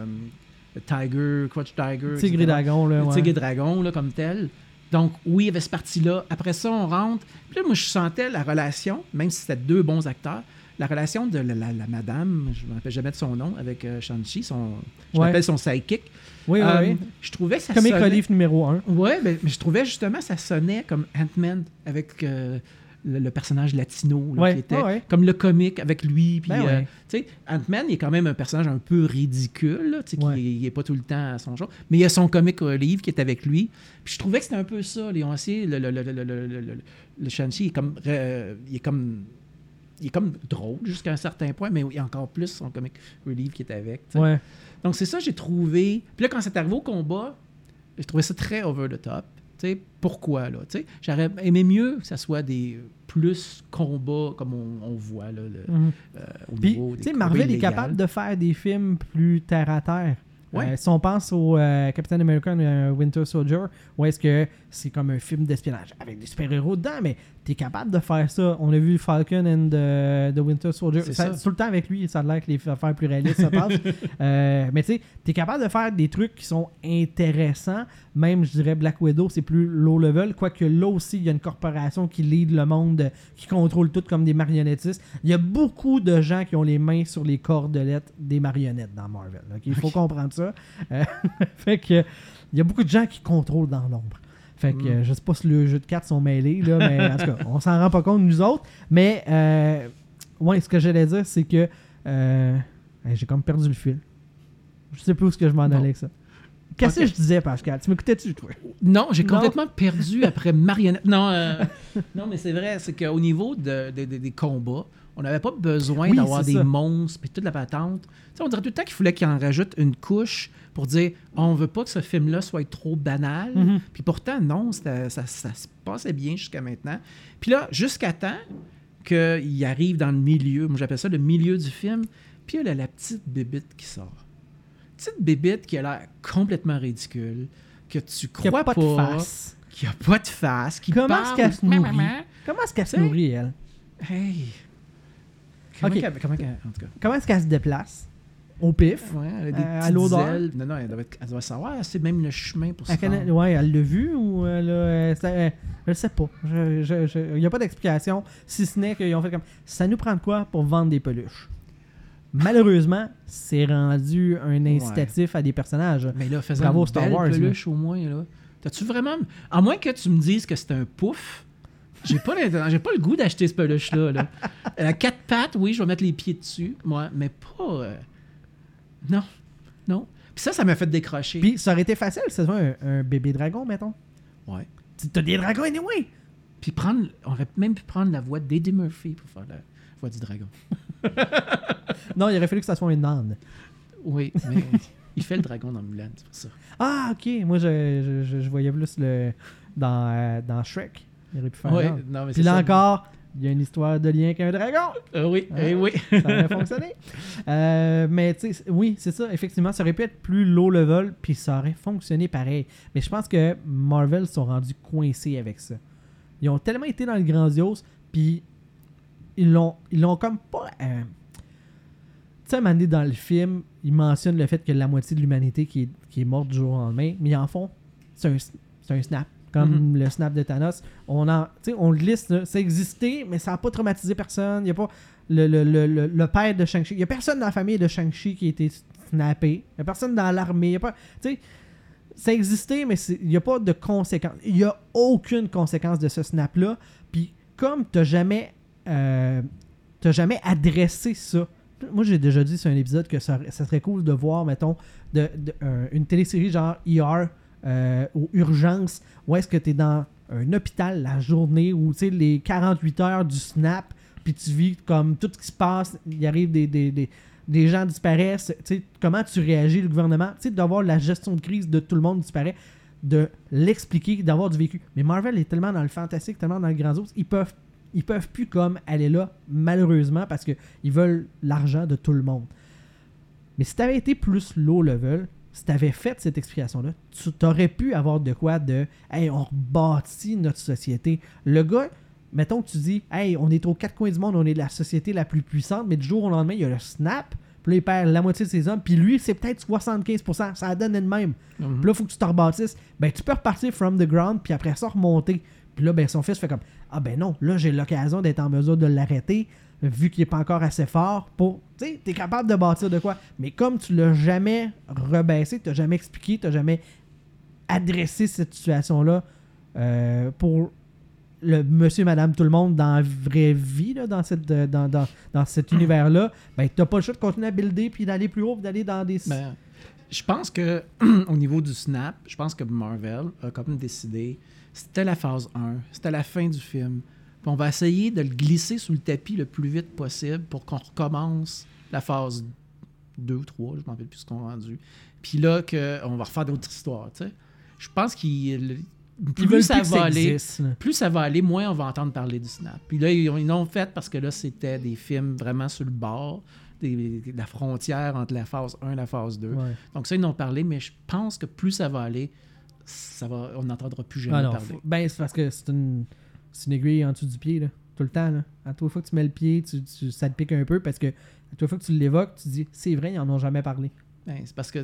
S3: Tiger, Crouch Tiger.
S1: Tigre et dragon, là.
S3: Le
S1: Ouais.
S3: Tigre et dragon, là, comme tel. Donc, oui, il y avait cette partie-là. Après ça, on rentre. Puis là, moi, je sentais la relation, même si c'était deux bons acteurs, la relation de la, la, la madame, je ne me rappelle jamais de son nom, avec euh, Shang-Chi, son, je
S1: Ouais.
S3: l'appelle son sidekick.
S1: Oui, oui,
S3: Euh,
S1: oui.
S3: Je trouvais que ça
S1: Comic
S3: sonnait...
S1: Relief numéro un.
S3: Oui, mais, mais je trouvais justement ça sonnait comme Ant-Man avec euh, le, le personnage latino là,
S1: Ouais,
S3: qui était
S1: ouais, ouais.
S3: comme le comique avec lui. Puis,
S1: Ben
S3: euh,
S1: ouais.
S3: tu sais, Ant-Man, il est quand même un personnage un peu ridicule, là, tu sais,
S1: Ouais.
S3: qui n'est pas tout le temps à son genre. Mais il y a son comic relief qui est avec lui. Puis je trouvais que c'était un peu ça. Ils ont essayé, le, le, le, le, le, le, le, le Shang-Chi, il est comme... euh, il est comme il est comme drôle jusqu'à un certain point, mais il y a encore plus son comic relief qui est avec. T'sais.
S1: Ouais.
S3: Donc c'est ça, j'ai trouvé. Puis là, quand c'est arrivé au combat, j'ai trouvé ça très over the top. T'sais, pourquoi, là? T'sais, j'aurais aimé mieux que ça soit des plus combats comme on, on voit là, le,
S1: Mhm.
S3: euh, au
S1: Puis,
S3: niveau
S1: tu
S3: des
S1: sais,
S3: combats
S1: Marvel est
S3: illégaux.
S1: capable de faire des films plus terre à terre.
S3: Ouais.
S1: Euh, si on pense au euh, Captain America euh, Winter Soldier, où est-ce que c'est comme un film d'espionnage avec des super-héros dedans, mais t'es capable de faire ça. On a vu Falcon and the, the Winter Soldier.
S3: C'est
S1: Ça,
S3: ça.
S1: tout le temps avec lui, ça a l'air que les affaires plus réalistes se passent. Euh, mais tu sais, t'es capable de faire des trucs qui sont intéressants. Même, je dirais, Black Widow, c'est plus low level. Quoique là aussi, il y a une corporation qui lead le monde, euh, qui contrôle tout comme des marionnettistes. Il y a beaucoup de gens qui ont les mains sur les cordelettes des marionnettes dans Marvel. ok? Il faut comprendre ça. Euh, fait que il y a beaucoup de gens qui contrôlent dans l'ombre. Fait que
S3: Mm.
S1: euh, je sais pas si le jeu de cartes sont mêlés, là, mais en tout cas, on s'en rend pas compte nous autres. Mais euh, ouais, ce que j'allais dire, c'est que euh, hey, j'ai comme perdu le fil. Je sais plus où est-ce que je m'en
S3: Bon.
S1: allais avec ça. Qu'est-ce
S3: Ok.
S1: que je disais, Pascal? Tu m'écoutais-tu, toi?
S3: Non, j'ai
S1: Non.
S3: complètement perdu après Marionnette. Non, euh, non, mais c'est vrai, c'est qu'au niveau de, de- de- des combats, on n'avait pas besoin
S1: Oui,
S3: d'avoir
S1: c'est
S3: des
S1: ça.
S3: monstres et toute la patente. Tu sais, on dirait tout le temps qu'il fallait qu'il en rajoute une couche pour dire on veut pas que ce film-là soit trop banal.
S1: Mhm.
S3: Puis pourtant, non, c'était- ça, ça se passait bien jusqu'à maintenant. Puis là, jusqu'à temps qu'il arrive dans le milieu, moi j'appelle ça le milieu du film, puis il y a la, la petite bébite qui sort. Petite bébite qui a l'air complètement ridicule, que tu
S1: Qu'il
S3: crois
S1: n'y a pas de face.
S3: qui a pas de face, qui
S1: Comment
S3: parle...
S1: est-ce qu'elle se nourrit?
S3: Maman.
S1: Comment est-ce qu'elle se
S3: Tu sais?
S1: nourrit, elle?
S3: Hey! Comment
S1: Ok.
S3: qu'elle- comment qu'elle- en tout cas.
S1: Comment est-ce qu'elle se déplace? Au pif?
S3: Ouais, elle a des
S1: Euh, à
S3: petites
S1: l'odeur?
S3: ailes. Non, non, elle doit, être- elle doit savoir, c'est même le chemin pour se
S1: Elle connaît-
S3: rendre.
S1: ouais, elle l'a vu ou elle a, euh, ça- euh, je le sais pas. Je- je- je- Il n'y a pas d'explication, si ce n'est qu'ils ont fait comme ça nous prend de quoi pour vendre des peluches. Malheureusement, c'est rendu un incitatif à des personnages.
S3: Mais là, faisant
S1: Bravo,
S3: une
S1: Star
S3: belle
S1: Wars,
S3: peluche au moins, là. T'as-tu vraiment... À moins que tu me dises que c'est un pouf, j'ai pas, l'int- j'ai pas le goût d'acheter ce peluche-là. Là. Elle a quatre pattes, oui, je vais mettre les pieds dessus, moi, mais pas... euh, Non, non. Puis ça, ça m'a fait décrocher.
S1: Puis ça aurait été facile, c'est un, un bébé dragon, mettons.
S3: Ouais.
S1: Tu- T'as des dragons anyway!
S3: Puis prendre... On aurait même pu prendre la voix d'Eddie Murphy pour faire la voix du dragon.
S1: Non, il aurait fallu que ça soit une âne.
S3: Oui, mais il fait le dragon dans Mulan, c'est pour ça.
S1: Ah, ok. Moi, je, je, je- je voyais plus le dans, euh, dans Shrek. Il aurait pu faire
S3: Ouais,
S1: l'âne.
S3: non, mais
S1: Puis
S3: c'est
S1: là
S3: ça.
S1: encore, il y a une histoire de lien avec un dragon.
S3: Euh, oui,
S1: Hein?
S3: eh oui.
S1: Ça aurait fonctionné. Euh, mais tu sais, oui, c'est ça. Effectivement, ça aurait pu être plus low level, puis ça aurait fonctionné pareil. Mais je pense que Marvel sont rendus coincés avec ça. Ils ont tellement été dans le grandiose, puis ils l'ont, ils l'ont comme pas. euh, Tu sais, à un moment donné, dans le film, ils mentionnent le fait que la moitié de l'humanité qui est, qui est morte du jour au lendemain, mais en fond, c'est un, c'est un snap. Comme
S3: Mhm.
S1: le snap de Thanos. On, en, tu sais, on le liste, là, ça existait, mais ça n'a pas traumatisé personne. Il n'y a pas le, le, le, le, le père de Shang-Chi. Il n'y a personne dans la famille de Shang-Chi qui a été snappé. Il n'y a personne dans l'armée. Il y a pas, tu sais, ça existait, mais c'est- il n'y a pas de conséquences. Il n'y a aucune conséquence de ce snap-là. Puis comme tu n'as jamais, euh, t'as jamais adressé ça, moi j'ai déjà dit sur un épisode que ça, ça serait cool de voir, mettons, de, de- euh, une télésérie genre E R euh, ou Urgence, où est-ce que tu es dans un hôpital la journée, ou tu sais, les quarante-huit heures du snap, puis tu vis comme tout ce qui se passe, il arrive des, des, des, des gens disparaissent, tu sais, comment tu réagis, le gouvernement, tu sais, d'avoir la gestion de crise de tout le monde disparaît. de l'expliquer, d'avoir du vécu. Mais Marvel est tellement dans le fantastique, tellement dans le grandiose, ils peuvent, ils peuvent plus comme aller là, malheureusement, parce qu'ils veulent l'argent de tout le monde. Mais si tu avais été plus low level, si tu avais fait cette explication-là, tu aurais pu avoir de quoi de « Hey, on rebâtit notre société. » Le gars, mettons que tu dis « Hey, on est aux quatre coins du monde, on est la société la plus puissante, mais du jour au lendemain, il y a le snap. » Puis là, il perd la moitié de ses hommes. Puis lui, c'est peut-être soixante-quinze pour cent. Ça donne de même. Mm-hmm. Puis là, il faut que tu te rebâtisses. Ben, tu peux repartir from the ground, puis après ça, remonter. Puis là, ben, son fils fait comme « Ah ben non, là, j'ai l'occasion d'être en mesure de l'arrêter, vu qu'il n'est pas encore assez fort pour... » Tu sais, t'es capable de bâtir de quoi. Mais comme tu l'as jamais rebaissé, tu n'as jamais expliqué, tu n'as jamais adressé cette situation-là euh, pour... le monsieur, madame, tout le monde dans la vraie vie, là, dans, cette, dans, dans, dans cet univers-là, ben, t'as pas le choix de continuer à builder puis d'aller plus haut puis d'aller dans des...
S3: Ben, je pense que au niveau du snap, je pense que Marvel a comme décidé, c'était la phase un, c'était la fin du film, puis on va essayer de le glisser sous le tapis le plus vite possible pour qu'on recommence la phase deux ou trois, je m'en rappelle plus ce qu'on a rendu. Puis là, que, on va refaire d'autres histoires, tu sais. Je pense qu'il... Plus, plus ça va aller, existe, plus ça va aller, moins on va entendre parler du snap. Puis là, ils l'ont fait parce que là, c'était des films vraiment sur le bord des, de la frontière entre la phase un et la phase deux. Ouais. Donc ça, ils en ont parlé, mais je pense que plus ça va aller, ça va, on n'entendra plus jamais ah non, parler.
S1: Faut, ben, c'est parce que c'est une, c'est une aiguille en dessous du pied, là, tout le temps. Là. À toute fois que tu mets le pied, tu, tu, ça te pique un peu parce que à toute fois que tu l'évoques, tu te dis, c'est vrai, ils n'en ont jamais parlé.
S3: Ben, c'est parce que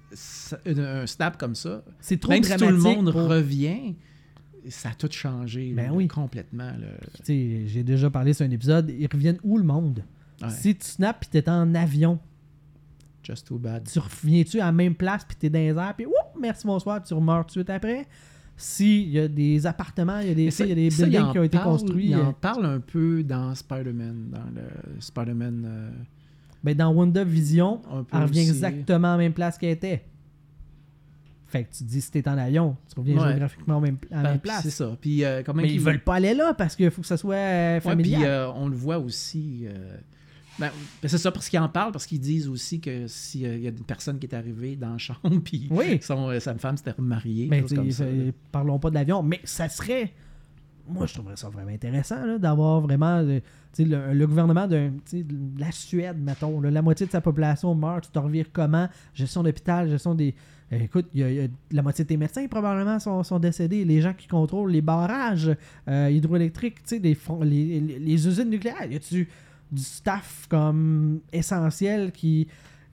S3: un snap comme ça,
S1: c'est trop
S3: même si tout le monde
S1: pour...
S3: revient, ça a tout changé
S1: ben
S3: là,
S1: oui.
S3: complètement. Là.
S1: J'ai déjà parlé sur un épisode, ils reviennent où le monde? Ouais. Si tu snaps et t'es en avion,
S3: just too bad.
S1: Tu reviens-tu à la même place puis t'es dans les airs puis oups, merci bonsoir, tu remeurs tout de suite après? S'il y a des appartements, il y a des, ça, y a des ça, buildings qui ont été
S3: parle,
S1: construits.
S3: Il en parle un peu dans Spider-Man, dans le Spider-Man... Euh...
S1: Ben, dans WandaVision, elle revient aussi. Exactement à la même place qu'elle était. Fait que tu te dis, si t'es en avion, tu reviens ouais. géographiquement à la même, à la ben, même place.
S3: C'est ça. Puis, euh, quand même
S1: mais ils veulent pas aller là parce qu'il faut que ça soit euh, familial.
S3: Ouais, puis euh, on le voit aussi... Euh... Ben, ben c'est ça, parce qu'ils en parlent, parce qu'ils disent aussi que s'il euh, y a une personne qui est arrivée dans la chambre, puis
S1: oui.
S3: son, euh, sa femme s'était remariée.
S1: Ben, comme ça, parlons pas de l'avion, mais ça serait... Moi, je trouverais ça vraiment intéressant là, d'avoir vraiment euh, le, le gouvernement de, de la Suède, mettons. Là, la moitié de sa population meurt. Tu te revires comment? Gestion d'hôpital, gestion des... Euh, écoute, y a, y a, la moitié de tes médecins probablement sont, sont décédés. Les gens qui contrôlent les barrages euh, hydroélectriques, les, les, les, les usines nucléaires. Y a-tu du staff comme essentiel qui...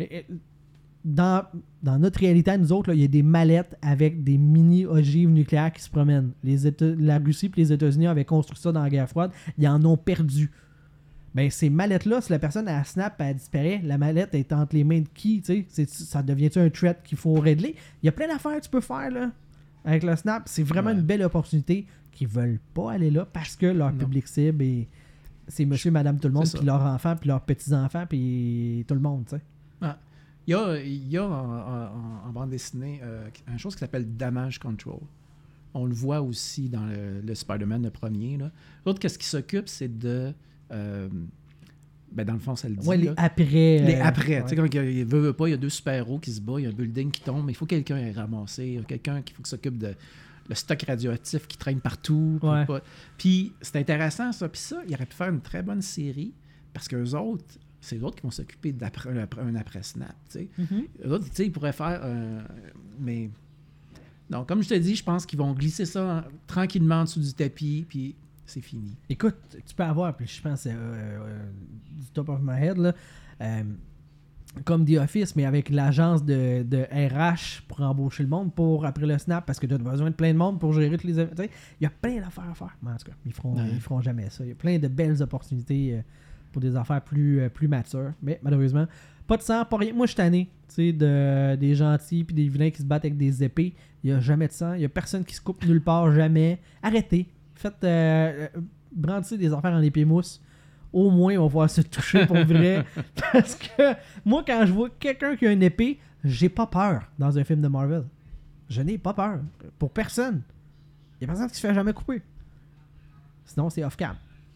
S1: Dans, dans notre réalité, nous autres, il y a des mallettes avec des mini-ogives nucléaires qui se promènent. Les États, la Russie et les États-Unis avaient construit ça dans la guerre froide. Ils en ont perdu. Ben, ces mallettes-là, si la personne elle snap, elle disparaît, la mallette est entre les mains de qui? C'est, ça devient-tu un threat qu'il faut régler? Il y a plein d'affaires que tu peux faire là, avec le snap. C'est vraiment ouais. une belle opportunité qu'ils veulent pas aller là parce que leur non. public cible, est, c'est monsieur, madame, tout le monde, puis leurs enfants, puis leurs petits-enfants, puis tout le monde. T'sais.
S3: Ah. Il y a, il y a en, en, en bande dessinée euh, une chose qui s'appelle Damage Control. On le voit aussi dans le, le Spider-Man, le premier. Là. L'autre, qu'est-ce qui s'occupe, c'est de... Euh, ben dans le fond, ça le dit.
S1: Ouais,
S3: là.
S1: les après.
S3: Les
S1: euh,
S3: après.
S1: Ouais.
S3: Tu sais, quand il, il veut, veut pas, il y a deux super-héros qui se battent, il y a un building qui tombe, mais il faut quelqu'un à ramasser, il y a quelqu'un qui faut qu'il s'occupe de le stock radioactif qui traîne partout.
S1: Ouais.
S3: Pas. Puis c'est intéressant, ça. Puis ça, il aurait pu faire une très bonne série, parce qu'eux autres... c'est eux autres qui vont s'occuper d'après un après-snap. Tu sais. Mm-hmm. Eux autres, tu sais, ils pourraient faire... Euh, mais... Donc, comme je te dis, je pense qu'ils vont glisser ça en, tranquillement en dessous du tapis, puis c'est fini.
S1: Écoute, tu peux avoir, puis je pense, euh, euh, du top of my head, là, euh, comme The Office, mais avec l'agence de, de R H pour embaucher le monde pour après le snap, parce que tu as besoin de plein de monde pour gérer tous les... Tu sais, il y a plein d'affaires à faire. Mais en tout cas, ils feront, ouais. ils feront jamais ça. Il y a plein de belles opportunités... Euh, pour des affaires plus, euh, plus matures. Mais malheureusement, pas de sang, pas rien. Moi, je suis tanné, tu sais, de, des gentils puis des vilains qui se battent avec des épées. Il n'y a jamais de sang. Il n'y a personne qui se coupe nulle part, jamais. Arrêtez. Faites, euh, brandissez des affaires en épée mousse. Au moins, on va pouvoir se toucher pour vrai. Parce que moi, quand je vois quelqu'un qui a une épée, j'ai pas peur dans un film de Marvel. Je n'ai pas peur. Pour personne. Il n'y a personne qui se fait jamais couper. Sinon, c'est off-cam.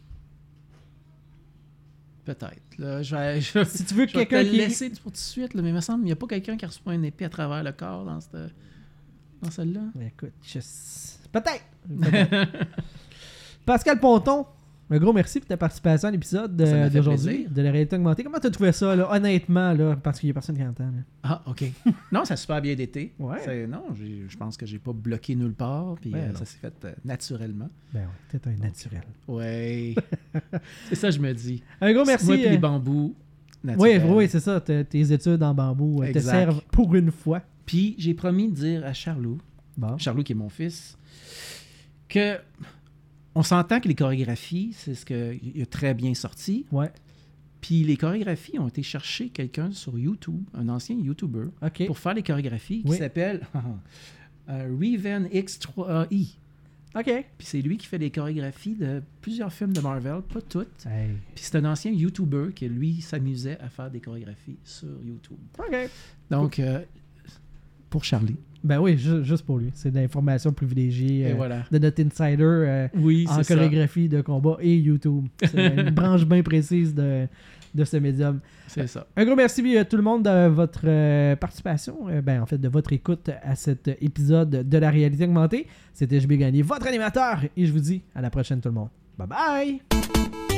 S3: Peut-être. Là, je vais, je,
S1: si tu veux
S3: je
S1: quelqu'un
S3: vais te
S1: qui...
S3: laisser pour tout de suite, là, mais il me semble qu'il n'y a pas quelqu'un qui reçoit une épée à travers le corps dans cette... dans celle-là?
S1: Ben, écoute, je... peut-être. Peut-être. Pascal Ponton, un gros merci pour ta participation à l'épisode
S3: Ça m'a
S1: de-
S3: fait
S1: d'aujourd'hui,
S3: plaisir.
S1: de la réalité augmentée. Comment t'as trouvé ça, là, honnêtement, là, parce qu'il y a personne qui entend. Là.
S3: Ah, OK. Non, ça a super bien été.
S1: Ouais.
S3: C'est- Non, j'ai- je pense que j'ai pas bloqué nulle part, puis
S1: Ben
S3: euh,
S1: non.
S3: ça s'est fait euh, naturellement.
S1: Ben ouais, t'es un naturel.
S3: Ouais. C'est ça, je me dis.
S1: Un gros merci.
S3: Moi, puis
S1: euh,
S3: les bambous,
S1: Oui,
S3: naturels.
S1: oui, c'est ça. T- Tes études en bambou euh, te
S3: Exact.
S1: servent pour une fois.
S3: Puis j'ai promis de dire à Charlot,
S1: Bon.
S3: Charlot qui est mon fils, que on s'entend que les chorégraphies, c'est ce qu'il a très bien sorti.
S1: Ouais.
S3: Puis les chorégraphies ont été chercher quelqu'un sur YouTube, un ancien YouTuber,
S1: OK.
S3: pour faire les chorégraphies qui
S1: Oui.
S3: s'appelle euh, Reven X trois I.
S1: OK.
S3: Puis c'est lui qui fait les chorégraphies de plusieurs films de Marvel, pas toutes.
S1: Hey.
S3: Puis c'est un ancien YouTuber qui, lui, s'amusait à faire des chorégraphies sur YouTube.
S1: OK.
S3: Donc, euh, pour Charlie.
S1: Ben oui, ju- juste pour lui. C'est de l'information privilégiée
S3: Et
S1: euh,
S3: voilà.
S1: de notre insider euh,
S3: Oui,
S1: en
S3: c'est ça.
S1: chorégraphie de combat et YouTube. C'est une branche bien précise de, de ce médium.
S3: C'est ça.
S1: Un gros merci à tout le monde de votre euh, participation, euh, ben, en fait de votre écoute à cet épisode de la réalité augmentée. C'était J B Gagné, votre animateur, et je vous dis à la prochaine tout le monde. Bye bye!